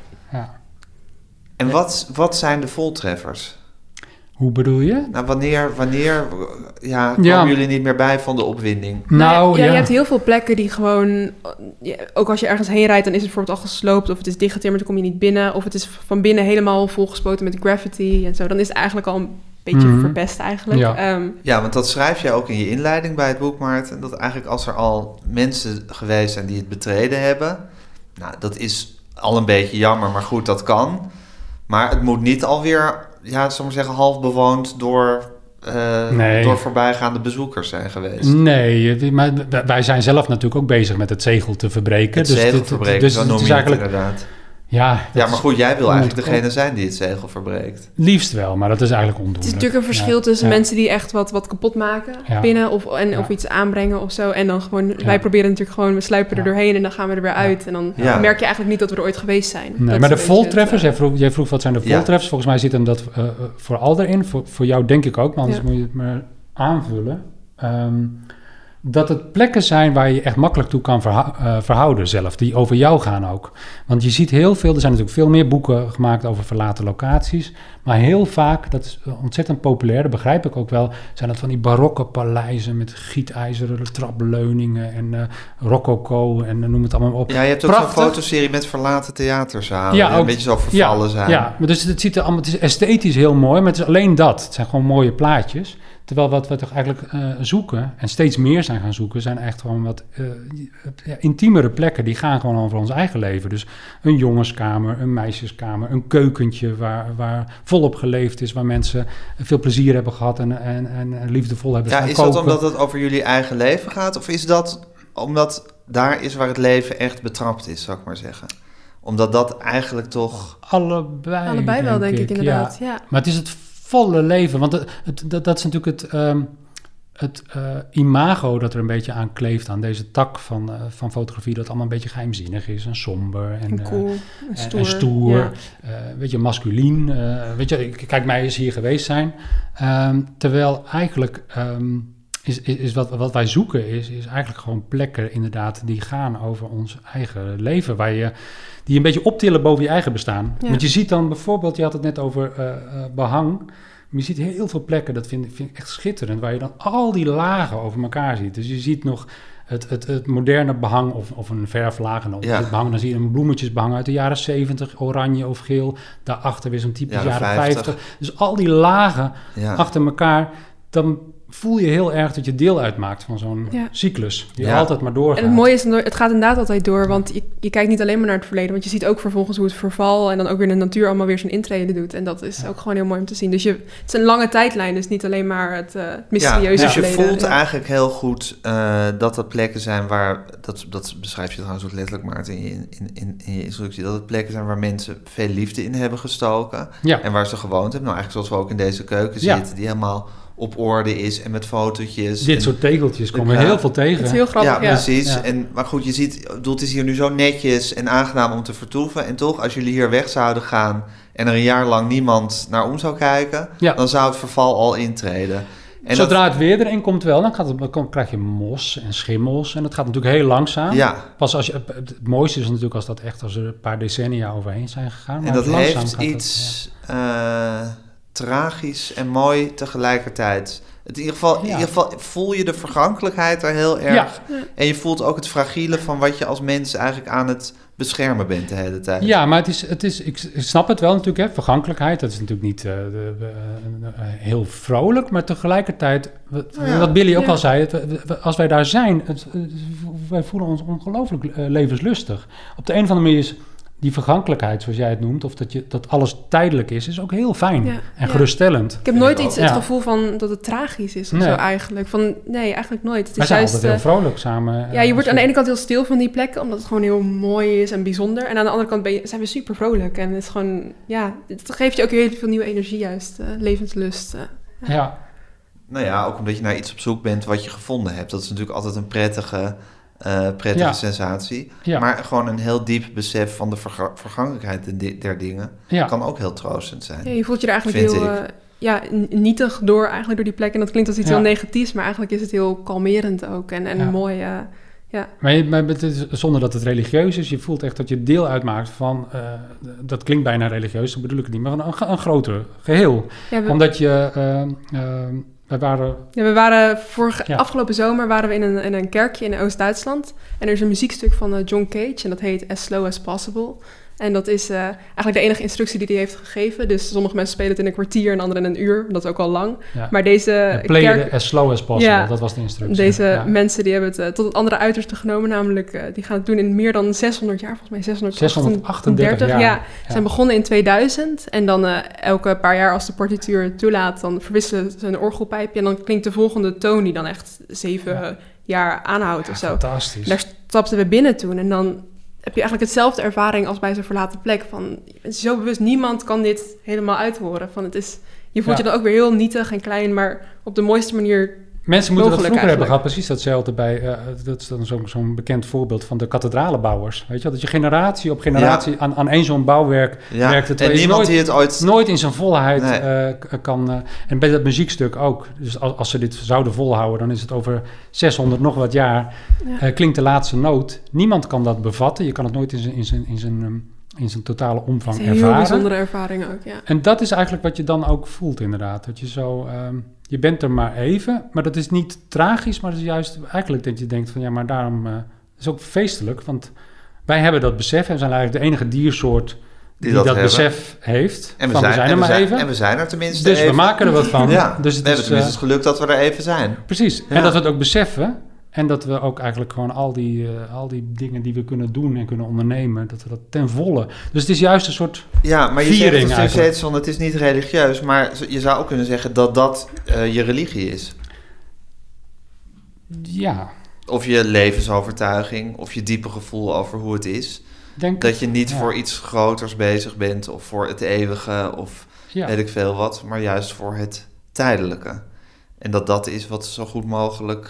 En wat zijn de voltreffers? Hoe bedoel je? Nou, wanneer komen jullie niet meer bij van de opwinding? Je hebt heel veel plekken die gewoon... ook als je ergens heen rijdt, dan is het bijvoorbeeld al gesloopt... of het is dichtgetimmerd, dan kom je niet binnen... of het is van binnen helemaal volgespoten met graffiti en zo. Dan is het eigenlijk al een beetje verpest eigenlijk. Ja. Want dat schrijf je ook in je inleiding bij het boek, Maarten... dat eigenlijk als er al mensen geweest zijn die het betreden hebben... nou, dat is al een beetje jammer, maar goed, dat kan. Maar het moet niet alweer... zullen we zeggen, half bewoond door voorbijgaande bezoekers zijn geweest. Nee, maar wij zijn zelf natuurlijk ook bezig met het zegel te verbreken. Het zegel verbreken, zo noem je het inderdaad. Ja, maar goed, jij wil eigenlijk degene zijn die het zegel verbreekt. Liefst wel, maar dat is eigenlijk ondoenlijk. Het is natuurlijk een verschil tussen mensen die echt wat kapot maken binnen... of iets aanbrengen of zo. En dan gewoon, wij proberen natuurlijk gewoon, we sluipen er doorheen... en dan gaan we er weer uit. En dan merk je eigenlijk niet dat we er ooit geweest zijn. Nee, maar de voltreffers, jij vroeg wat zijn de voltreffers? Volgens mij zit hem dat vooral erin. Voor jou denk ik ook, maar anders moet je het maar aanvullen. Dat het plekken zijn waar je echt makkelijk toe kan verhouden zelf. Die over jou gaan ook. Want je ziet heel veel, er zijn natuurlijk veel meer boeken gemaakt over verlaten locaties. Maar heel vaak, dat is ontzettend populair, dat begrijp ik ook wel... zijn dat van die barokke paleizen met gietijzeren trapleuningen en rococo en noem het allemaal op. Ja, je hebt ook zo'n fotoserie met verlaten theaterzalen. Ja, een beetje zo vervallen zijn. Ja, maar dus het ziet er allemaal, het is esthetisch heel mooi, maar het is alleen dat. Het zijn gewoon mooie plaatjes. Terwijl wat we toch eigenlijk zoeken, en steeds meer zijn gaan zoeken... zijn echt gewoon wat intiemere plekken. Die gaan gewoon over ons eigen leven. Dus een jongenskamer, een meisjeskamer, een keukentje... waar volop geleefd is, waar mensen veel plezier hebben gehad... en liefdevol hebben gaan koken. Is dat omdat het over jullie eigen leven gaat? Of is dat omdat daar is waar het leven echt betrapt is, zou ik maar zeggen? Omdat dat eigenlijk toch... Allebei wel, denk ik inderdaad. Ja. Maar het is het volle leven, want dat is natuurlijk het imago dat er een beetje aan kleeft aan deze tak van fotografie, dat allemaal een beetje geheimzinnig is en somber en cool, en stoer, ja. Weet je, masculien. Weet je, kijk, mij eens hier geweest zijn. Terwijl eigenlijk is wat wij zoeken is eigenlijk gewoon plekken inderdaad die gaan over ons eigen leven, die een beetje optillen boven je eigen bestaan. Ja. Want je ziet dan bijvoorbeeld, je had het net over behang. Maar je ziet heel veel plekken, dat vind ik echt schitterend, waar je dan al die lagen over elkaar ziet. Dus je ziet nog het moderne behang of een verflaag. En het behang, dan zie je een bloemetjesbehang uit de jaren 70, oranje of geel. Daarachter weer zo'n typisch jaren 50. Dus al die lagen achter elkaar, dan voel je heel erg dat je deel uitmaakt van zo'n cyclus die altijd maar doorgaat. En het mooie is, het gaat inderdaad altijd door, want je kijkt niet alleen maar naar het verleden, want je ziet ook vervolgens hoe het verval en dan ook weer de natuur allemaal weer zijn intrede doet. En dat is ook gewoon heel mooi om te zien. Dus het is een lange tijdlijn, dus niet alleen maar het mysterieuze verleden. Dus je voelt eigenlijk heel goed dat er plekken zijn waar, dat beschrijf je trouwens ook letterlijk, Maarten, in je instructie, dat het plekken zijn waar mensen veel liefde in hebben gestoken en waar ze gewoond hebben. Nou, eigenlijk zoals we ook in deze keuken zitten, die helemaal op orde is en met fotootjes. Dit soort tegeltjes komen heel veel tegen. Het is heel grappig. Ja, precies. Ja. Maar goed, je ziet, het is hier nu zo netjes en aangenaam om te vertoeven. En toch, als jullie hier weg zouden gaan en er een jaar lang niemand naar om zou kijken, dan zou het verval al intreden. En zodra het weer erin komt wel, dan krijg je mos en schimmels. En dat gaat natuurlijk heel langzaam. Ja. Pas het mooiste is natuurlijk als er een paar decennia overheen zijn gegaan. Maar en dat heeft iets tragisch en mooi tegelijkertijd. In ieder geval voel je de vergankelijkheid er heel erg. Ja. En je voelt ook het fragiele van wat je als mens eigenlijk aan het beschermen bent de hele tijd. Ja, maar het is ik snap het wel natuurlijk, hè, vergankelijkheid. Dat is natuurlijk niet heel vrolijk, maar tegelijkertijd, wat Billy ook al zei, als wij daar zijn, wij voelen ons ongelooflijk levenslustig. Op de een of andere manier is die vergankelijkheid, zoals jij het noemt, of dat alles tijdelijk is ook heel fijn en geruststellend. Ik heb nooit het gevoel van dat het tragisch is of zo eigenlijk. Nee, eigenlijk nooit. Het is zijn juist altijd heel vrolijk samen. Je wordt aan de ene kant heel stil van die plekken, omdat het gewoon heel mooi is en bijzonder. En aan de andere kant zijn we super vrolijk. En het is gewoon, het geeft je ook heel veel nieuwe energie juist, levenslust. Ja. Nou ja, ook omdat je naar iets op zoek bent wat je gevonden hebt. Dat is natuurlijk altijd een prettige sensatie. Ja. Maar gewoon een heel diep besef van de vergankelijkheid der dingen kan ook heel troostend zijn. Ja, je voelt je er eigenlijk heel nietig door die plek. En dat klinkt als iets heel negatiefs, maar eigenlijk is het heel kalmerend ook en mooi. Ja. Maar het is, zonder dat het religieus is, je voelt echt dat je deel uitmaakt van, dat klinkt bijna religieus, dat bedoel ik niet, maar van een groter geheel. Ja, omdat je... We waren afgelopen zomer waren we in een kerkje in Oost-Duitsland. En er is een muziekstuk van John Cage en dat heet As Slow As Possible. En dat is eigenlijk de enige instructie die hij heeft gegeven. Dus sommige mensen spelen het in een kwartier en anderen in een uur. Dat is ook al lang. Ja. Maar deze kerk... As slow as possible, dat was de instructie. Deze mensen die hebben het tot het andere uiterste genomen. Namelijk, die gaan het doen in meer dan 600 jaar. Volgens mij 638 jaar. Ja. Ze zijn begonnen in 2000. En dan elke paar jaar als de partituur het toelaat, dan verwisselen ze een orgelpijpje. En dan klinkt de volgende toon die dan echt 7 jaar aanhoudt of zo. Fantastisch. Daar stapten we binnen toen en dan heb je eigenlijk hetzelfde ervaring als bij zo'n verlaten plek. Van, je bent zo bewust, niemand kan dit helemaal uithoren. Je voelt je dan ook weer heel nietig en klein, maar op de mooiste manier. Mensen moeten dat vroeger hebben gehad, precies datzelfde bij, dat is dan zo'n bekend voorbeeld van de kathedralenbouwers. Weet je wel, dat je generatie op generatie aan één zo'n bouwwerk werkt. En niemand die het ooit... Nooit in zijn volheid kan... en bij dat muziekstuk ook. Dus als ze dit zouden volhouden, dan is het over 600 nog wat jaar. Klinkt de laatste noot. Niemand kan dat bevatten. Je kan het nooit in zijn totale omvang ervaren. Een heel bijzondere ervaring ook, ja. En dat is eigenlijk wat je dan ook voelt inderdaad. Dat je zo... je bent er maar even, maar dat is niet tragisch, maar het is juist eigenlijk dat je denkt van maar daarom is ook feestelijk, want wij hebben dat besef en we zijn eigenlijk de enige diersoort die dat besef heeft. En we zijn er maar even. En we zijn er tenminste dus even. We maken er wat van. Dus we hebben tenminste het geluk dat we er even zijn. Precies, en dat we het ook beseffen en dat we ook eigenlijk gewoon al die dingen die we kunnen doen en kunnen ondernemen, dat we dat ten volle. Dus het is juist een soort maar je zegt dus steeds van het is niet religieus, maar je zou ook kunnen zeggen dat je religie is. Ja. Of je levensovertuiging, of je diepe gevoel over hoe het is. Dat je niet voor iets groters bezig bent, of voor het eeuwige, of weet ik veel wat, maar juist voor het tijdelijke. En dat is wat zo goed mogelijk...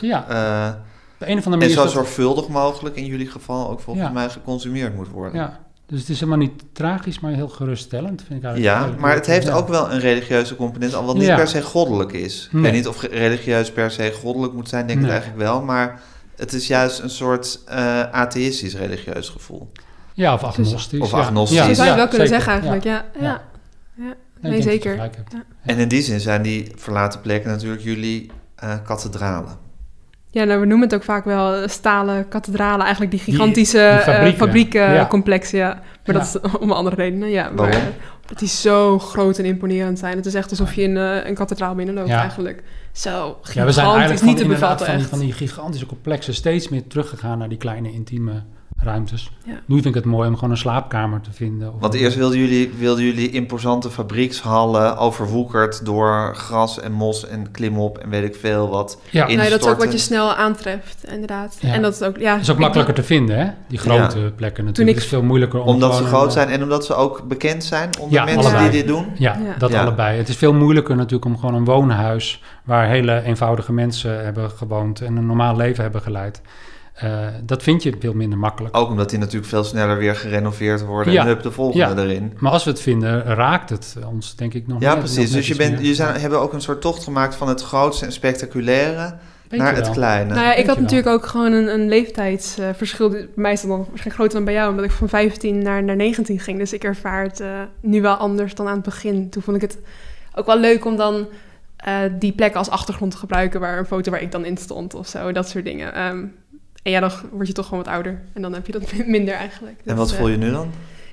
de een of andere manier en zo zorgvuldig mogelijk in jullie geval ook volgens mij geconsumeerd moet worden. Ja, dus het is helemaal niet tragisch, maar heel geruststellend, vind ik eigenlijk. Ja, maar het heeft ook wel een religieuze component, al wat niet per se goddelijk is. Nee. Ik weet niet of religieus per se goddelijk moet zijn, denk ik eigenlijk wel, maar het is juist een soort atheïstisch religieus gevoel. Ja, of agnostisch. Of agnostisch. Zo zou je wel kunnen zeggen eigenlijk, ja. Nee, zeker. Ja. En in die zin zijn die verlaten plekken natuurlijk jullie kathedralen. Ja, we noemen het ook vaak wel stalen kathedralen. Eigenlijk die gigantische fabriekencomplexen. Maar dat is om andere redenen. Ja, maar dat die zo groot en imponerend zijn. Het is echt alsof je in een kathedraal binnenloopt eigenlijk. Zo gigantisch, we zijn eigenlijk niet te bevatten. Van die gigantische complexen steeds meer teruggegaan naar die kleine intieme ruimtes. Ja. Nu vind ik het mooi om gewoon een slaapkamer te vinden. Want eerst wilden jullie imposante fabriekshallen overwoekerd door gras en mos en klimop en weet ik veel wat. Ja, dat is ook wat je snel aantreft, inderdaad. Ja. En dat is ook, het is ook makkelijker te vinden, hè? Die grote plekken natuurlijk. Het is veel moeilijker omdat ze groot zijn en omdat ze ook bekend zijn onder mensen die dit doen. Ja, dat allebei. Het is veel moeilijker natuurlijk om gewoon een woonhuis waar hele eenvoudige mensen hebben gewoond en een normaal leven hebben geleid. Dat vind je veel minder makkelijk. Ook omdat die natuurlijk veel sneller weer gerenoveerd worden en hup de volgende erin. Maar als we het vinden, raakt het ons denk ik nog. Ja, precies. Dus jullie hebben ook een soort tocht gemaakt van het grootste en spectaculaire naar het kleine. Nou ja, ik had natuurlijk ook gewoon een leeftijdsverschil. Bij mij is dat dan waarschijnlijk groter dan bij jou, omdat ik van 15 naar 19 ging. Dus ik ervaar het nu wel anders dan aan het begin. Toen vond ik het ook wel leuk om dan die plek als achtergrond te gebruiken, waar een foto waar ik dan in stond of zo, dat soort dingen. En dan word je toch gewoon wat ouder. En dan heb je dat minder eigenlijk. En wat voel je nu dan?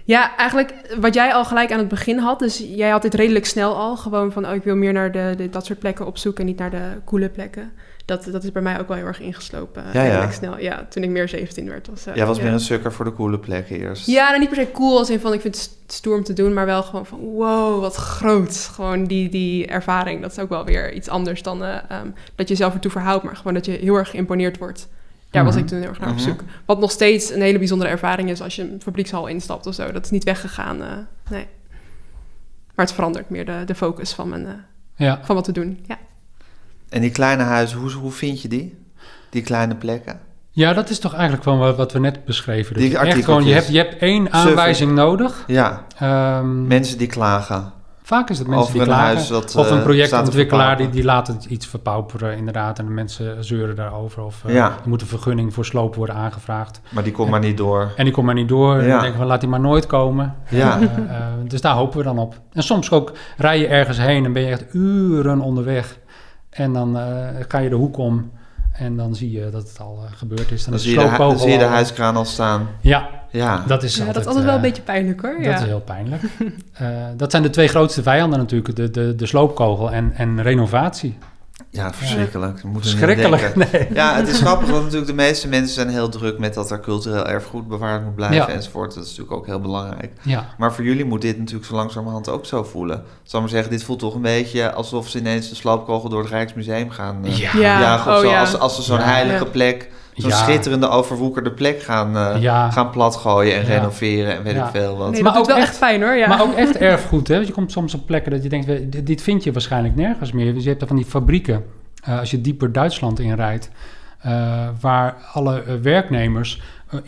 Ja, eigenlijk wat jij al gelijk aan het begin had. Dus jij had dit redelijk snel al. Gewoon van, ik wil meer naar dat soort plekken op zoek en niet naar de coole plekken. Dat is bij mij ook wel heel erg ingeslopen. Redelijk snel. Ja, toen ik meer 17 werd. Jij was meer een sukker voor de coole plekken eerst. Ja, nou, niet per se cool als in van, ik vind het stoer om te doen. Maar wel gewoon van, wow, wat groot. Gewoon die ervaring. Dat is ook wel weer iets anders dan dat je jezelf ertoe verhoudt. Maar gewoon dat je heel erg geïmponeerd wordt. Daar was ik toen heel erg naar op zoek. Wat nog steeds een hele bijzondere ervaring is als je een fabriekshal instapt of zo. Dat is niet weggegaan, nee. Maar het verandert meer de focus van van wat we doen, ja. En die kleine huizen, hoe vind je die? Die kleine plekken? Ja, dat is toch eigenlijk gewoon wat we net beschreven. Dus die echt gewoon, je hebt 1 aanwijzing nodig. Ja, mensen die klagen. Vaak is het mensen die klagen. Of een projectontwikkelaar die laat het iets verpauperen inderdaad. En de mensen zeuren daarover. Of er moet een vergunning voor sloop worden aangevraagd. Maar die komt maar niet door. En die komt maar niet door. En dan denken we, laat die maar nooit komen. Ja. Dus daar hopen we dan op. En soms ook rij je ergens heen en ben je echt uren onderweg. En dan ga je de hoek om. En dan zie je dat het al gebeurd is. Dan zie je de huiskraan al staan. Ja, dat is altijd wel een beetje pijnlijk hoor. Dat is heel pijnlijk. Dat zijn de 2 grootste vijanden natuurlijk. De sloopkogel en renovatie. Ja, verschrikkelijk. Verschrikkelijk, nee. Ja, het is grappig, want natuurlijk de meeste mensen zijn heel druk met dat er cultureel erfgoed bewaard moet blijven enzovoort. Dat is natuurlijk ook heel belangrijk. Ja. Maar voor jullie moet dit natuurlijk zo langzamerhand ook zo voelen. Zal maar zeggen, dit voelt toch een beetje alsof ze ineens de sloopkogel door het Rijksmuseum gaan jagen of zo. Als ze zo'n heilige plek, zo'n schitterende overwoekerde plek gaan platgooien en renoveren en weet ik veel wat. Nee, dat doet wel echt pijn hoor. Ja. Maar ook echt erfgoed, hè? Want je komt soms op plekken dat je denkt, dit vind je waarschijnlijk nergens meer. Dus je hebt dan van die fabrieken, als je dieper Duitsland inrijdt, waar alle werknemers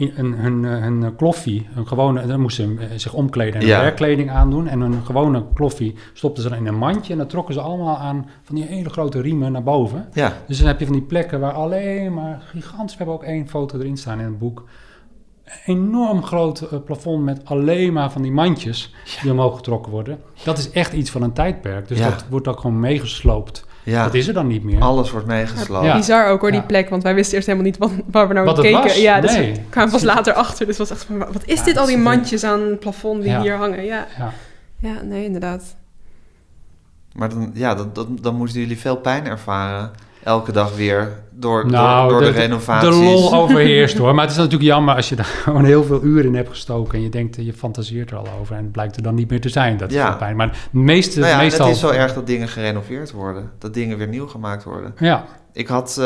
hun kloffie, dan moesten ze zich omkleden en werkkleding aandoen. En hun gewone kloffie stopten ze dan in een mandje en dan trokken ze allemaal aan van die hele grote riemen naar boven. Ja. Dus dan heb je van die plekken waar alleen maar gigantisch, we hebben ook 1 foto erin staan in het boek, enorm groot plafond met alleen maar van die mandjes die omhoog getrokken worden. Dat is echt iets van een tijdperk. Dus dat wordt ook gewoon meegesloopt. Ja. Dat is er dan niet meer. Alles wordt meegesloopt. Ja. Bizar ook hoor, die plek. Want wij wisten eerst helemaal niet waar we nou keken. Was? Ja, dus we kwamen pas later achter. Dus het was echt van, wat is dit, al die mandjes aan het plafond die hier hangen? Ja, nee, inderdaad. Maar dan moesten jullie veel pijn ervaren. Elke dag weer door de renovaties. De lol overheerst hoor. Maar het is natuurlijk jammer als je daar gewoon heel veel uren in hebt gestoken. En je denkt, je fantaseert er al over. En het blijkt er dan niet meer te zijn. Dat is veel pijn. Maar meestal... Het is zo erg dat dingen gerenoveerd worden. Dat dingen weer nieuw gemaakt worden. Ja. Ik had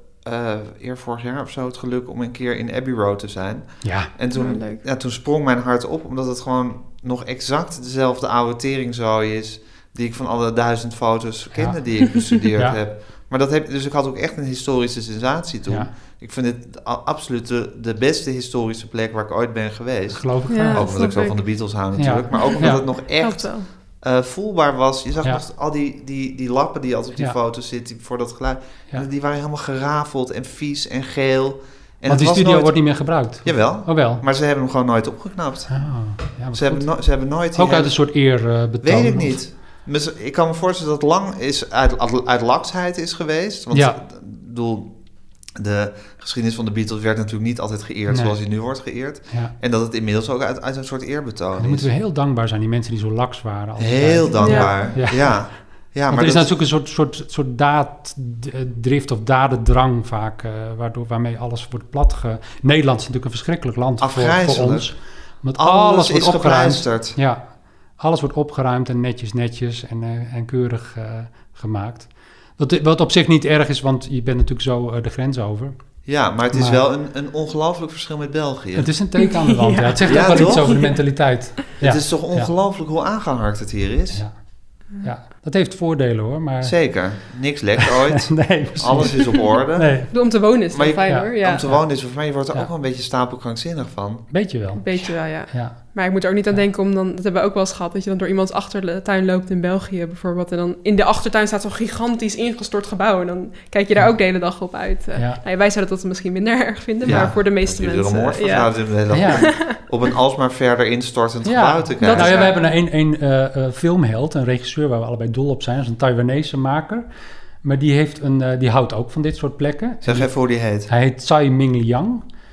vorig jaar of zo het geluk om een keer in Abbey Road te zijn. Ja. En toen sprong mijn hart op. Omdat het gewoon nog exact dezelfde oude teringzooi is die ik van alle 1000 foto's kende die ik bestudeerd heb. Maar dus ik had ook echt een historische sensatie toen. Ja. Ik vind het absoluut de beste historische plek waar ik ooit ben geweest. Geloof ik wel. Ook omdat ik zo van de Beatles hou natuurlijk. Maar ook omdat het nog echt voelbaar was. Je zag nog al die lappen die altijd op die foto's zitten voor dat geluid. Ja. Die waren helemaal gerafeld en vies en geel. En want die studio wordt niet meer gebruikt? Jawel. Oh wel. Maar ze hebben hem gewoon nooit opgeknapt. Ze hebben nooit... Ook uit een soort eerbetoon? Weet ik niet. Ik kan me voorstellen dat het lang uit laksheid is geweest. Want de geschiedenis van de Beatles werd natuurlijk niet altijd geëerd zoals die nu wordt geëerd. Ja. En dat het inmiddels ook uit een soort eerbetoon is. Dan moeten we heel dankbaar zijn, die mensen die zo laks waren. Heel dankbaar, ja. Ja, maar er is natuurlijk een soort daaddrift of dadendrang vaak, waarmee alles wordt Nederland is natuurlijk een verschrikkelijk land voor ons. Omdat alles wordt opgeruimd. Ja. Alles wordt opgeruimd en netjes en keurig gemaakt. Wat op zich niet erg is, want je bent natuurlijk zo de grens over. Ja, maar het is wel een ongelooflijk verschil met België. Het is een teken aan de wand. Het zegt ook wel iets over de mentaliteit. Het is toch ongelooflijk hoe aangeharkt het hier is? Ja, dat heeft voordelen hoor. Maar... Zeker. Niks lekt ooit. Nee, alles is op orde. Nee. Om te wonen is het fijn hoor. Ja. Om te wonen is het fijn. Je wordt er ook wel een beetje stapelkrankzinnig van. Beetje wel. Ja. Maar ik moet er ook niet aan denken om dan... Dat hebben we ook wel eens gehad. Dat je dan door iemands achtertuin loopt in België bijvoorbeeld. En dan in de achtertuin staat zo'n gigantisch ingestort gebouw. En dan kijk je daar ook de hele dag op uit. Wij zouden dat misschien minder erg vinden. Maar voor de meeste mensen... Op een alsmaar verder instortend gebouw te kijken. We hebben een filmheld, een regisseur waar we allebei dol op zijn. Dat is een Taiwanese maker. Maar die houdt ook van dit soort plekken. Zeg even hoe die heet. Hij heet Tsai Ming Liang.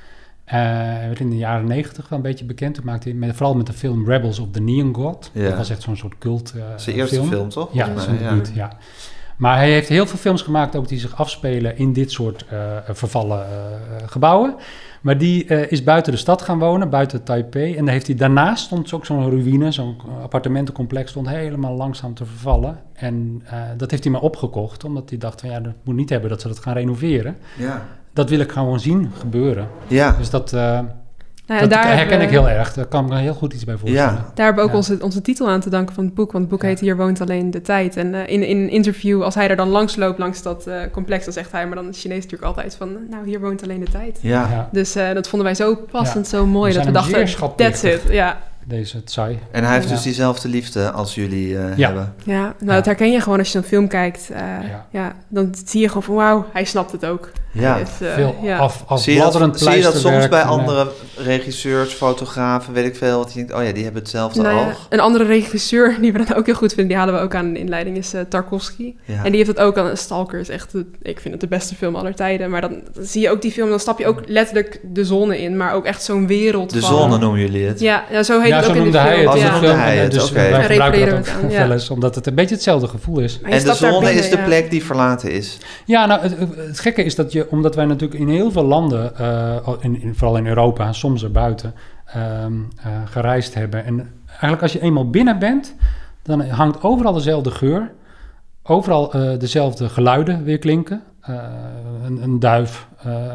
Hij werd in de jaren 90 wel een beetje bekend. Toen maakte hij vooral met de film Rebels of the Neon God. Ja. Dat was echt zo'n soort cult Zijn eerste film, toch? Ja, Volgens zijn mij, debuut, ja. Maar hij heeft heel veel films gemaakt ook die zich afspelen in dit soort vervallen gebouwen. Maar die is buiten de stad gaan wonen, buiten Taipei. En daar heeft hij, daarnaast stond ook zo'n ruïne, zo'n appartementencomplex, stond helemaal langzaam te vervallen. En dat heeft hij maar opgekocht, omdat hij dacht van ja, dat moet niet hebben dat ze dat gaan renoveren. Ja. Dat wil ik gewoon zien gebeuren. Ja. Dus dat Nou ja, daar herken ik heel erg. Daar kan ik me heel goed iets bij voorstellen. Ja. Daar hebben we ook onze titel aan te danken van het boek. Want het boek heet Hier woont alleen de tijd. En in een interview, als hij er dan langs loopt langs dat complex, dan zegt hij, maar dan is Chinees natuurlijk altijd van, nou, hier woont alleen de tijd. Ja. Ja. Dus dat vonden wij zo passend, zo mooi, We dat we zijn hem zeer dachten, schatplichtig. that's it. Ja. Deze Tsai. En hij heeft Ja. dus diezelfde liefde als jullie hebben. Ja, nou, Ja. dat herken je gewoon als je zo'n film kijkt. Dan zie je gewoon van, wauw, hij snapt het ook. Ja. Dus, Veel ja. Zie je dat soms bij en, andere regisseurs, fotografen, weet ik veel, wat je denkt, oh ja, die hebben hetzelfde Nou ja, oog. een andere regisseur die we dan ook heel goed vinden, die halen we ook aan in de inleiding, is Tarkovsky. Ja. En die heeft het ook aan. Stalker is echt, ik vind het de beste film aller tijden. Maar dan zie je ook die film, dan stap je ook letterlijk de zone in, maar ook echt zo'n wereld De van... zone noemen jullie het. Ja, zo heet Ja, het zo ook in de noemde film. hij het Oh, in zo de noemde film. hij En het, dus oké. wij Daar gebruiken refereren dat we ook het aan, wel ja. eens, omdat het een beetje hetzelfde gevoel is. Maar je En de stapt daar zone binnen, is de ja. plek die verlaten is. Ja, nou, het gekke is dat omdat wij natuurlijk in heel veel landen, vooral in Europa, soms erbuiten, gereisd hebben. En eigenlijk als je eenmaal binnen bent, dan hangt overal dezelfde geur, overal dezelfde geluiden weer klinken. Een duif,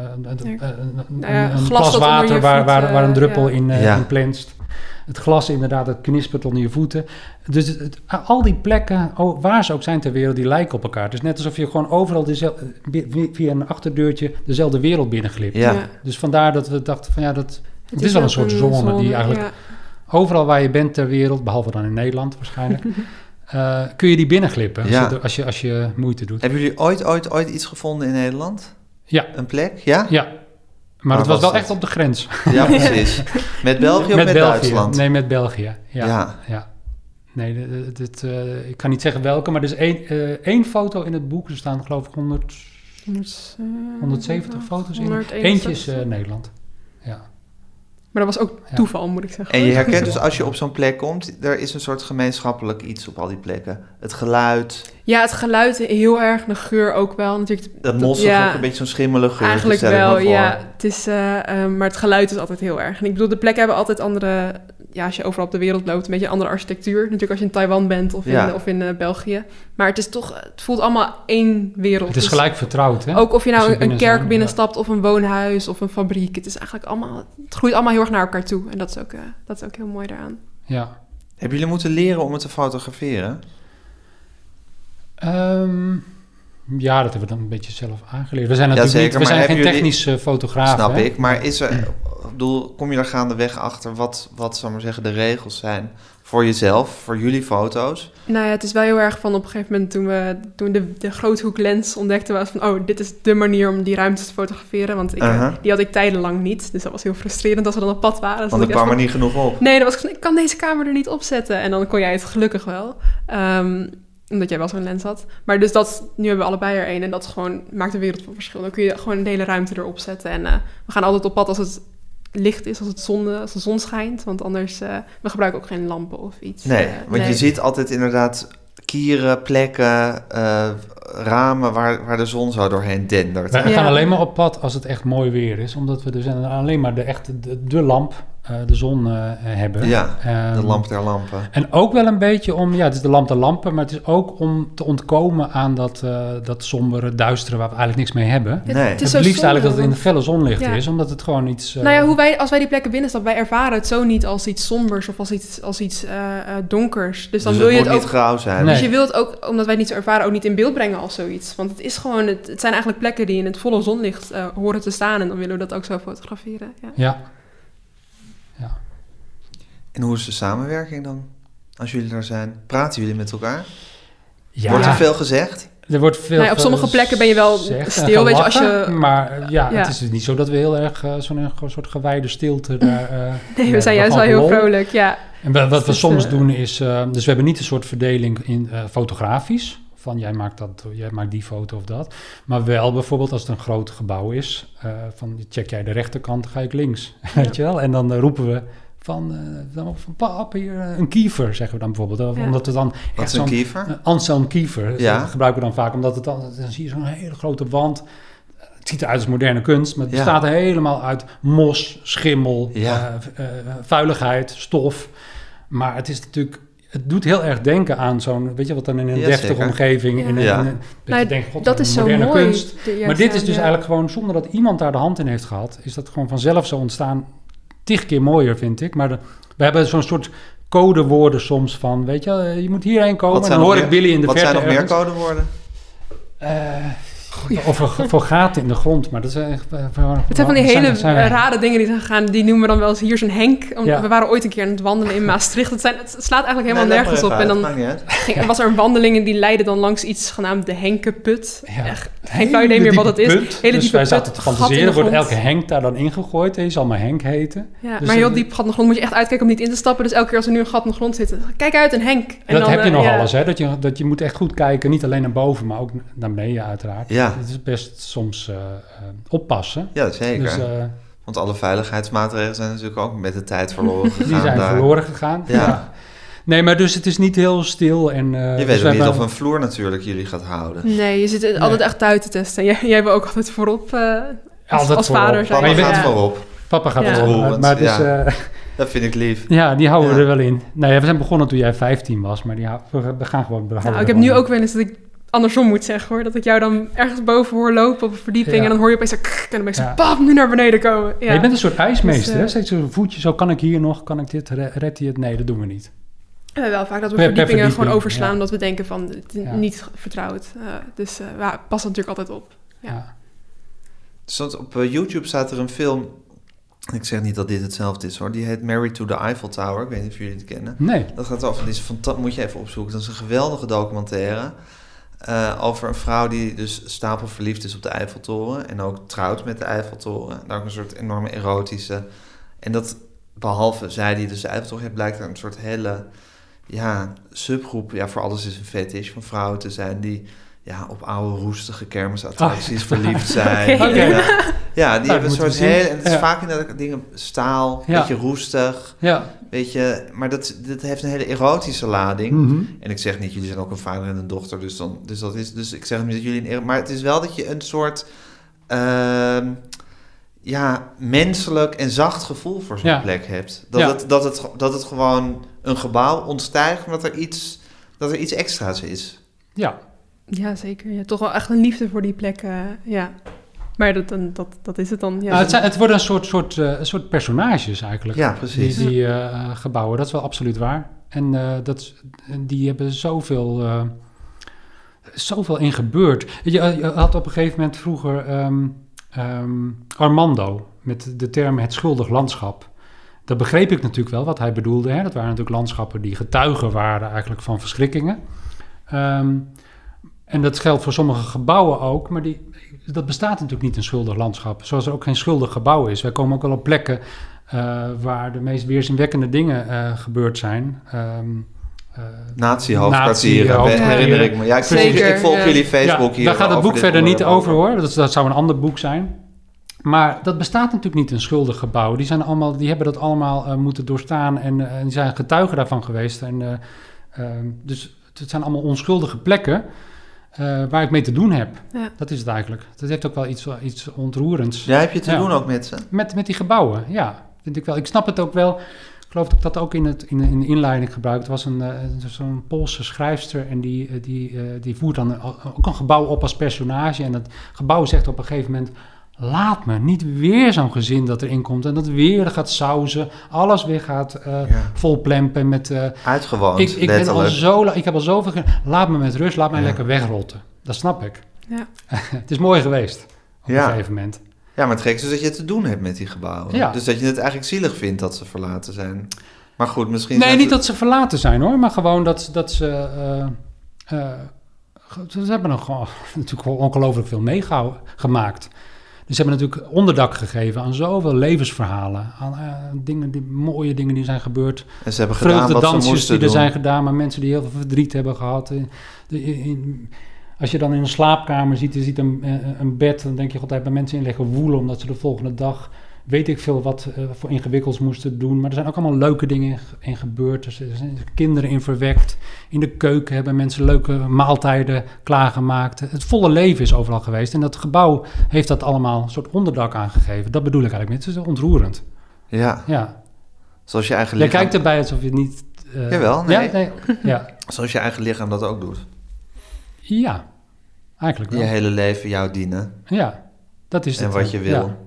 een glas glas dat onder water je waar voet, een druppel ja. in plenst. Het glas inderdaad, het knispert onder je voeten. Dus al die plekken, waar ze ook zijn ter wereld, die lijken op elkaar. Het is net alsof je gewoon overal via een achterdeurtje dezelfde wereld binnenglipt. Ja. Dus vandaar dat we dachten van ja, het is wel een soort zone die eigenlijk Ja. overal waar je bent ter wereld, behalve dan in Nederland waarschijnlijk, kun je die binnenglippen Ja. als je moeite doet. Hebben jullie ooit iets gevonden in Nederland? Ja. Een plek? Ja? Ja, maar het was was wel het? echt op de grens. Ja, precies. Met België of met België. Duitsland? Nee, met België. Ja. Ja. Nee, ik kan niet zeggen welke, maar er is één foto in het boek. Er staan geloof ik 170 foto's in. 161. Eentje is Nederland. Ja. Maar dat was ook Ja. toeval, moet ik zeggen. En je herkent dus als je op zo'n plek komt, er is een soort gemeenschappelijk iets op al die plekken. Het geluid, Ja, het geluid heel erg, de geur ook wel. Natuurlijk, dat mossige, ja. een beetje zo'n schimmelige geur. eigenlijk stel ik me wel, voor. ja. Het is, maar het geluid is altijd heel erg. En ik bedoel, de plekken hebben altijd andere... Ja, als je overal op de wereld loopt, een beetje een andere architectuur. Natuurlijk als je in Taiwan bent of in België. Maar het is toch... Het voelt allemaal één wereld. Het is Dus gelijk vertrouwd, hè? ook of je Als nou je binnen een kerk zijn, binnenstapt of een woonhuis of een fabriek. Het is eigenlijk allemaal... Het groeit allemaal heel erg naar elkaar toe. En dat is ook heel mooi daaraan. Ja. Hebben jullie moeten leren om het te fotograferen? Ja, dat hebben we dan een beetje zelf aangeleerd. We zijn natuurlijk zeker, niet, we maar zijn geen hebben jullie- technische fotograaf. Snap hè? ik. Maar kom je er gaandeweg achter wat zal ik maar zeggen, de regels zijn voor jezelf, voor jullie foto's? Nou ja, het is wel heel erg van op een gegeven moment toen de groothoeklens ontdekten, was van, dit is de manier om die ruimtes te fotograferen. Want die had ik tijdenlang niet. Dus dat was heel frustrerend als we dan op pad waren. Want er kwam er niet genoeg op. Nee, ik kan deze camera er niet opzetten. En dan kon jij het gelukkig wel. Omdat jij wel zo'n lens had. Maar dus nu hebben we allebei er één. En dat is gewoon, maakt een wereld van verschil. Dan kun je gewoon een hele ruimte erop zetten. En we gaan altijd op pad als het licht is, als de zon schijnt. Want anders, we gebruiken ook geen lampen of iets. Nee, want je ziet altijd inderdaad kieren, plekken, ramen waar de zon zo doorheen dendert. Wij gaan alleen maar op pad als het echt mooi weer is. Omdat we dus alleen maar de lamp, de zon hebben. Ja, de lamp der lampen. En ook wel een beetje het is de lamp der lampen, maar het is ook om te ontkomen aan dat sombere, duistere waar we eigenlijk niks mee hebben. Nee. Het is Het zo liefst eigenlijk dat het in de zonde, felle zonlicht Ja. is, omdat het gewoon iets... Nou ja, als wij die plekken binnenstappen, wij ervaren het zo niet als iets sombers of als iets donkers. Dus dan Dus wil je het het moet ook... niet grauw zijn. Nee. Dus je wilt het ook, omdat wij het niet zo ervaren, ook niet in beeld brengen als zoiets. Want het is gewoon, het zijn eigenlijk plekken die in het volle zonlicht horen te staan. En dan willen we dat ook zo fotograferen. Ja. Ja. En hoe is de samenwerking dan? Als jullie er zijn, praten jullie met elkaar? Ja. Wordt er veel gezegd? Er wordt veel Nou ja, op sommige plekken ben je wel stil, weet je, als je... Maar Ja. het is dus niet zo dat we heel erg zo'n soort gewijde stilte daar... Nee, we zijn juist wel heel vrolijk, ja. En wat we Dus, soms doen is... dus we hebben niet een soort verdeling in fotografisch. van jij maakt die foto of dat. Maar wel bijvoorbeeld als het een groot gebouw is, van check jij de rechterkant, dan ga ik links. Weet je wel? En dan roepen we van pap, hier een kiefer, zeggen we dan bijvoorbeeld. Omdat het dan Wat is een kiefer? Anselm Kiefer, Ja. dat gebruiken we dan vaak, omdat dan zie je zo'n hele grote wand. Het ziet eruit als moderne kunst, maar het bestaat helemaal uit mos, schimmel, vuiligheid, stof. Maar het is natuurlijk, het doet heel erg denken aan zo'n, weet je wat dan in een deftige omgeving. Dat is zo moderne mooi. Kunst. Maar dit is dus eigenlijk gewoon, zonder dat iemand daar de hand in heeft gehad, is dat gewoon vanzelf zo ontstaan. 10 keer mooier, vind ik. Maar we hebben zo'n soort codewoorden soms van, weet je, je moet hierheen komen. En dan hoor ik Billy in de verte. Wat zijn nog meer codewoorden? Of voor gaten in de grond, maar dat is echt... Het zijn van die hele rare dingen die zijn gegaan. Die noemen we dan wel eens hier zo'n Henk. We waren ooit een keer aan het wandelen in Maastricht. Het slaat eigenlijk helemaal nergens op. En dan was er een wandeling en die leidde dan langs iets genaamd de Henkeput. Echt geen flauw idee meer wat het is. Hele dus wij zaten te fantaseren, wordt elke Henk daar dan ingegooid. Hij zal maar Henk heten. Ja, dus maar heel diep gat in de grond moet je echt uitkijken om niet in te stappen. Dus elke keer als er nu een gat in de grond zit, kijk uit, een Henk. En dat dan, heb je nog alles, hè? Dat je moet echt goed kijken. Niet alleen naar boven, maar ook naar beneden uiteraard. Ja. Het is best soms oppassen. Ja, zeker. Dus, want alle veiligheidsmaatregelen zijn natuurlijk ook met de tijd verloren gegaan. Die zijn verloren gegaan, ja. Nee, maar dus het is niet heel stil. En, je weet ook niet of een vloer natuurlijk jullie gaat houden. Nee, je zit altijd echt uit te testen. Jij bent ook altijd voorop als vader. Papa gaat voorop. Papa gaat voorop. Maar dus, dat vind ik lief. Ja, die houden we er wel in. Nee, we zijn begonnen toen jij 15 was, maar we gaan gewoon... ik heb nu ook wel eens dat ik andersom moet zeggen, hoor. Dat ik jou dan ergens boven hoor lopen op een verdieping en dan hoor je opeens en dan ben ik zo, pap, nu naar beneden komen. Ja. Ja, je bent een soort ijsmeester, hè? Steeds zo'n voetje, zo kan ik hier nog, kan ik dit, redt hij het? Nee, dat doen we niet. We hebben wel vaak dat we verdiepingen gewoon overslaan, omdat we denken van, niet vertrouwd. Dus pas natuurlijk altijd op. Ja. Dus op YouTube staat er een film, ik zeg niet dat dit hetzelfde is, hoor. Die heet Married to the Eiffel Tower. Ik weet niet of jullie het kennen. Nee. Dat gaat over, moet je even opzoeken. Dat is een geweldige documentaire. Over een vrouw die dus stapelverliefd is op de Eiffeltoren. En ook trouwt met de Eiffeltoren. En ook een soort enorme erotische... En dat, behalve zij die dus de Eiffeltoren heeft, blijkt er een soort hele subgroep... Ja, voor alles is een fetish van vrouwen te zijn die... Ja, op oude roestige kermisattracties verliefd zijn. Okay. Ja, die hebben een soort hele... En het is vaak inderdaad dingen staal, een beetje roestig. Ja. Weet je, maar dat heeft een hele erotische lading. Mm-hmm. En ik zeg niet, jullie zijn ook een vader en een dochter, dus ik zeg niet dat jullie maar het is wel dat je een soort menselijk en zacht gevoel voor zo'n plek hebt. Dat het gewoon een gebouw ontstijgt, omdat er iets extra's is. Ja. Ja, zeker. Ja, toch wel echt een liefde voor die plek. Ja. Maar dat is het dan. Ja, het worden een soort personages eigenlijk. Ja, precies. Die gebouwen, dat is wel absoluut waar. En die hebben zoveel in gebeurd. Je had op een gegeven moment vroeger Armando met de term het schuldig landschap. Dat begreep ik natuurlijk wel, wat hij bedoelde. Hè? Dat waren natuurlijk landschappen die getuigen waren eigenlijk van verschrikkingen. En dat geldt voor sommige gebouwen ook, maar dat bestaat natuurlijk niet, een schuldig landschap. Zoals er ook geen schuldig gebouw is. Wij komen ook wel op plekken waar de meest weerzinwekkende dingen gebeurd zijn. Nazi-hoofdkwartieren, herinner ik me. Ja, ik volg jullie Facebook hier. Daar gaat het boek verder niet over, hoor. Dat zou een ander boek zijn. Maar dat bestaat natuurlijk niet, een schuldig gebouw. Die hebben dat allemaal moeten doorstaan en die zijn getuigen daarvan geweest. Dus het zijn allemaal onschuldige plekken waar ik mee te doen heb. Ja. Dat is het eigenlijk. Dat heeft ook wel iets ontroerends. Ja, heb je te doen ook met ze? Met die gebouwen, ja. Vind ik wel. Ik snap het ook wel. Ik geloof dat ik dat ook in de inleiding gebruikt. Er was zo'n Poolse schrijfster en die voert dan ook een gebouw op als personage. En dat gebouw zegt op een gegeven moment: laat me niet weer zo'n gezin dat erin komt en dat weer gaat sausen, alles weer gaat volplempen met... Uitgewoond, ik heb al zoveel... Laat me met rust, laat mij lekker wegrotten. Dat snap ik. Ja. Het is mooi geweest op een gegeven moment. Ja, maar het gek is dus dat je het te doen hebt met die gebouwen. Ja. Dus dat je het eigenlijk zielig vindt dat ze verlaten zijn. Maar goed, misschien... Nee, niet dat ze verlaten zijn, hoor, maar gewoon dat ze... ze hebben nog gewoon natuurlijk ongelooflijk veel meegemaakt. Dus ze hebben natuurlijk onderdak gegeven aan zoveel levensverhalen. Aan mooie dingen die zijn gebeurd. En ze hebben gedaan wat ze Vreugdedansjes moesten die er doen. zijn gedaan, maar mensen die heel veel verdriet hebben gehad. Als je dan in een slaapkamer ziet, je ziet een bed, dan denk je altijd bij mensen in liggen woelen, omdat ze de volgende dag, weet ik veel wat, voor ingewikkelds moesten doen. Maar er zijn ook allemaal leuke dingen in gebeurd. Er zijn kinderen in verwekt. In de keuken hebben mensen leuke maaltijden klaargemaakt. Het volle leven is overal geweest. En dat gebouw heeft dat allemaal een soort onderdak aangegeven. Dat bedoel ik eigenlijk niet. Het is ontroerend. Ja, Ja. zoals je eigen Jij lichaam... kijkt erbij alsof je het niet... Jawel, nee. Ja, ja. Zoals je eigen lichaam dat ook doet. Ja, eigenlijk wel. Je hele leven jou dienen. Ja, dat is het. En wat je wil. Ja.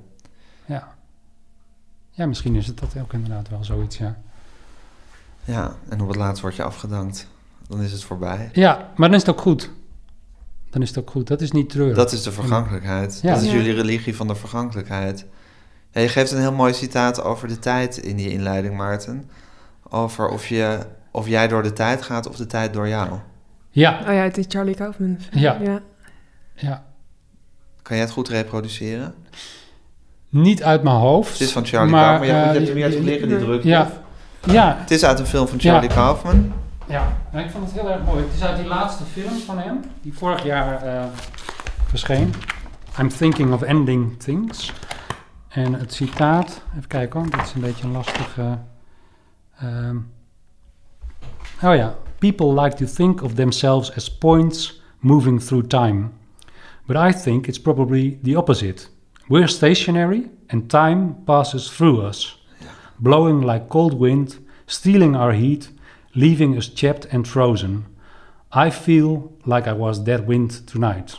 Ja, misschien is het dat ook inderdaad wel zoiets, ja. Ja, en op het laatst word je afgedankt. Dan is het voorbij. Ja, maar dan is het ook goed. Dat is niet treurig. Dat is de vergankelijkheid. Ja. Dat is Ja. jullie religie van de vergankelijkheid. Ja, je geeft een heel mooi citaat over de tijd in die inleiding, Maarten. Over of jij door de tijd gaat of de tijd door jou. Ja, Oh ja, die Charlie Kaufman. Ja. Ja. ja. Kan jij het goed reproduceren? Niet uit mijn hoofd. Het is van Charlie Kaufman. Maar je hebt hem hier liggen, die druk. Ja. Ja, Het is uit een film van Charlie Ja. Kaufman. ja. Ik vond het heel erg mooi. Het is uit die laatste film van hem, die vorig jaar verscheen. I'm thinking of ending things. En het citaat, even kijken hoor, dit is een beetje een lastige... oh ja. People like to think of themselves as points moving through time. But I think it's probably the opposite. We're stationary and time passes through us. Blowing like cold wind, stealing our heat, leaving us chapped and frozen. I feel like I was that wind tonight.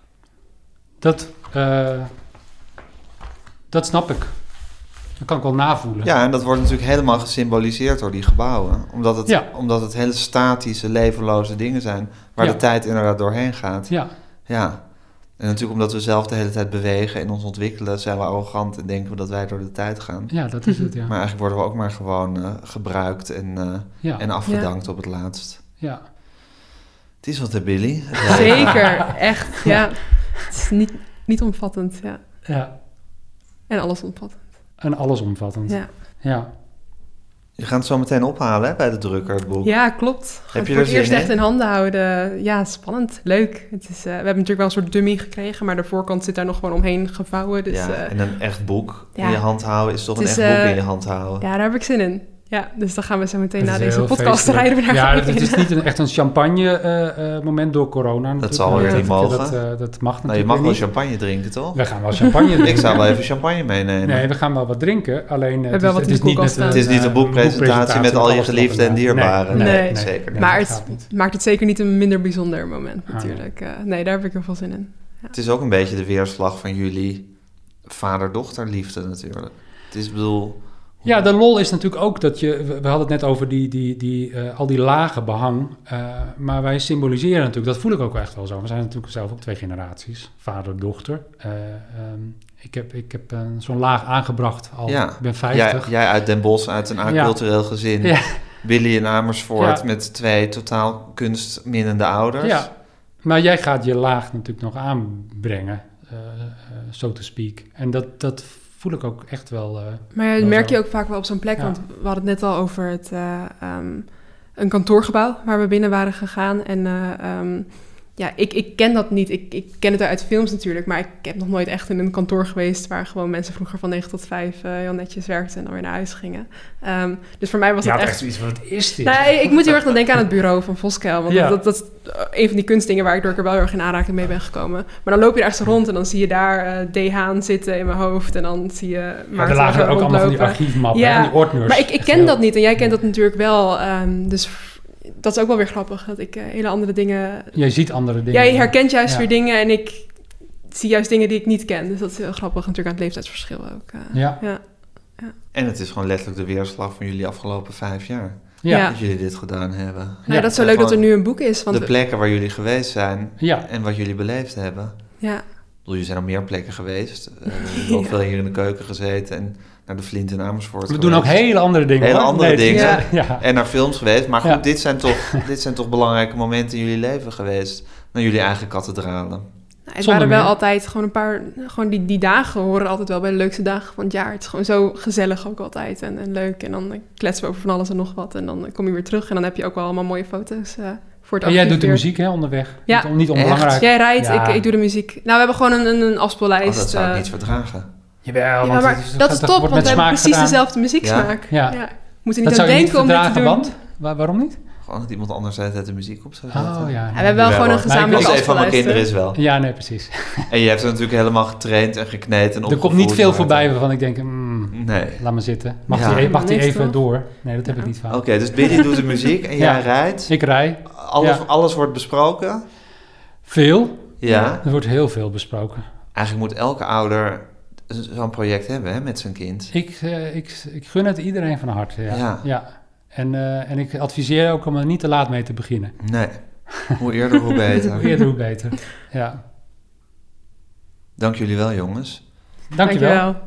Dat snap ik. Dat kan ik wel navoelen. Ja, en dat wordt natuurlijk helemaal gesymboliseerd door die gebouwen. Omdat het hele statische, levenloze dingen zijn... waar Ja. de tijd inderdaad doorheen gaat. Ja, Ja. En natuurlijk omdat we zelf de hele tijd bewegen en ons ontwikkelen... zijn we arrogant en denken we dat wij door de tijd gaan. ja, dat is het, ja. Maar eigenlijk worden we ook maar gewoon gebruikt Ja, en afgedankt op het laatst. ja. Het is wat, hè, Billy? Zeker, echt. Ja. Het is niet omvattend, ja. Ja, En allesomvattend. en allesomvattend. Ja. Ja. Je gaat het zo meteen ophalen hè, bij de drukker, het boek. Ja, klopt. Gaan Heb je voor er het eerst zin echt in? in handen houden. Ja, spannend. Leuk. Het is, we hebben natuurlijk wel een soort dummy gekregen, maar de voorkant zit daar nog gewoon omheen gevouwen. Dus Ja, en een echt boek in ja. je hand houden is toch Het een is, echt boek in je hand houden. ja, daar heb ik zin in. Ja, dus dan gaan we zo meteen Het na is deze heel podcast feestelijk. rijden we naar Ja, Groningen. het is niet echt een champagne moment door corona. natuurlijk. zal weer niet mogen. Dat mag natuurlijk Nou, je mag wel niet. champagne drinken, toch? We gaan wel champagne drinken. Ik zou wel even champagne meenemen. Nee, we gaan wel wat drinken. Alleen hebben wel wat in de koelkast staan. Het is niet een boekpresentatie met al je alles geliefden erop en dierbaren. Nee. Zeker niet. Maar dat het gaat niet. maakt het zeker niet een minder bijzonder moment Ah, natuurlijk. Nee, daar heb ik heel veel zin in. Het is ook een beetje de weerslag van jullie vader-dochterliefde natuurlijk. Het is, bedoel... Ja, de lol is natuurlijk ook dat je... We hadden het net over al die lage behang. Maar wij symboliseren natuurlijk... Dat voel ik ook echt wel zo. We zijn natuurlijk zelf ook 2 generaties. Vader, dochter. Ik heb zo'n laag aangebracht al. Ja, Ik ben 50. Jij uit Den Bosch, uit een acultureel gezin. Ja. Billy in Amersfoort Ja. met 2 totaal kunstminnende ouders. Ja, maar jij gaat je laag natuurlijk nog aanbrengen. So to speak. En dat voel ik ook echt wel... Maar wel merk zo. je ook vaak wel op zo'n plek, Ja. want we hadden het net al over een kantoorgebouw waar we binnen waren gegaan. En ja, ik ken dat niet. Ik ken het uit films natuurlijk, maar ik heb nog nooit echt in een kantoor geweest waar gewoon mensen vroeger van 9 tot 5 heel netjes werkten en dan weer naar huis gingen. Dus voor mij was het echt... zoiets van, wat is dit? Nee, ik moet heel erg dan denken aan het bureau van Voskuil. Want Ja. dat is een van die kunstdingen waar ik door wel heel erg in aanraking mee ben gekomen. Maar dan loop je ergens rond en dan zie je daar D. Haan zitten in mijn hoofd. En dan zie je Maar er lagen ook allemaal van die archiefmappen Ja, en die ordners. Maar ik Echt ken heel- dat niet en jij kent dat natuurlijk wel. Dus dat is ook wel weer grappig, dat ik hele andere dingen... Jij ziet andere dingen. Jij herkent juist Ja. weer dingen en ik zie juist dingen die ik niet ken. Dus dat is heel grappig, natuurlijk aan het leeftijdsverschil ook. Ja. Ja. En het is gewoon letterlijk de weerslag van jullie afgelopen 5 jaar. Ja. Dat jullie dit gedaan hebben. Nou, dat is zo leuk dat er nu een boek is. Want De plekken waar jullie geweest zijn Ja. en wat jullie beleefd hebben. ja, Ik bedoel, jullie zijn op meer plekken geweest. Ook Ja. veel hier in de keuken gezeten en naar de Vlint in Amersfoort We doen ook geweest. hele andere dingen. Hele hoor. andere dingen. Ja. Ja. En naar films geweest. Maar goed, Ja. dit zijn toch belangrijke momenten in jullie leven geweest. Naar jullie eigen kathedralen. het waren wel altijd gewoon die dagen horen altijd wel bij de leukste dagen van het jaar. Het is gewoon zo gezellig ook altijd en leuk. En dan kletsen we over van alles en nog wat. En dan kom je weer terug en dan heb je ook wel allemaal mooie foto's voor het En jij doet de muziek onderweg? Ja. Niet onbelangrijk. Jij rijdt, ik doe de muziek. Nou, we hebben gewoon een afspeellijst. Dat zou ik niet verdragen. Jawel, maar dat is top, want we hebben precies dezelfde muzieksmaak. Ja. Moet er niet aan denken om dit te doen. Want? Waarom niet? Gewoon dat iemand anders de muziek op zou zetten. Oh, ja. We hebben wel gewoon een gezamenlijke afspeellijst. Een van mijn kinderen is wel. Ja, nee, precies. En je hebt er natuurlijk helemaal getraind en gekneed. En er komt niet veel voorbij waarvan ik denk, nee. Laat maar zitten. Mag die even door? Nee, dat heb ik niet van. Oké, dus Billy doet de muziek en jij rijdt. Ik rij. Alles wordt besproken? Veel. Ja. Er wordt heel veel besproken. Eigenlijk moet elke ouder zo'n project hebben, hè, met zijn kind. Ik gun het iedereen van harte, ja. En ik adviseer ook om er niet te laat mee te beginnen. Nee, hoe eerder hoe beter. Hoe eerder hoe beter, ja. Dank jullie wel, jongens. Dank je wel.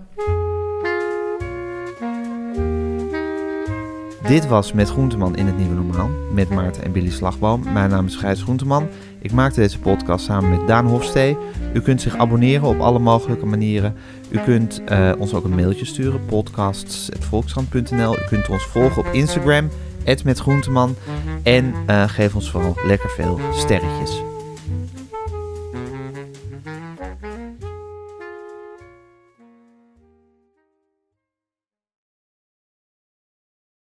Dit was Met Groenteman in het Nieuwe Normaal, met Maarten en Billy Slagboom. Mijn naam is Gijs Groenteman. Ik maakte deze podcast samen met Daan Hofstee. U kunt zich abonneren op alle mogelijke manieren. U kunt ons ook een mailtje sturen, podcasts@volkskrant.nl. U kunt ons volgen op Instagram, @metgroenteman. En geef ons vooral lekker veel sterretjes.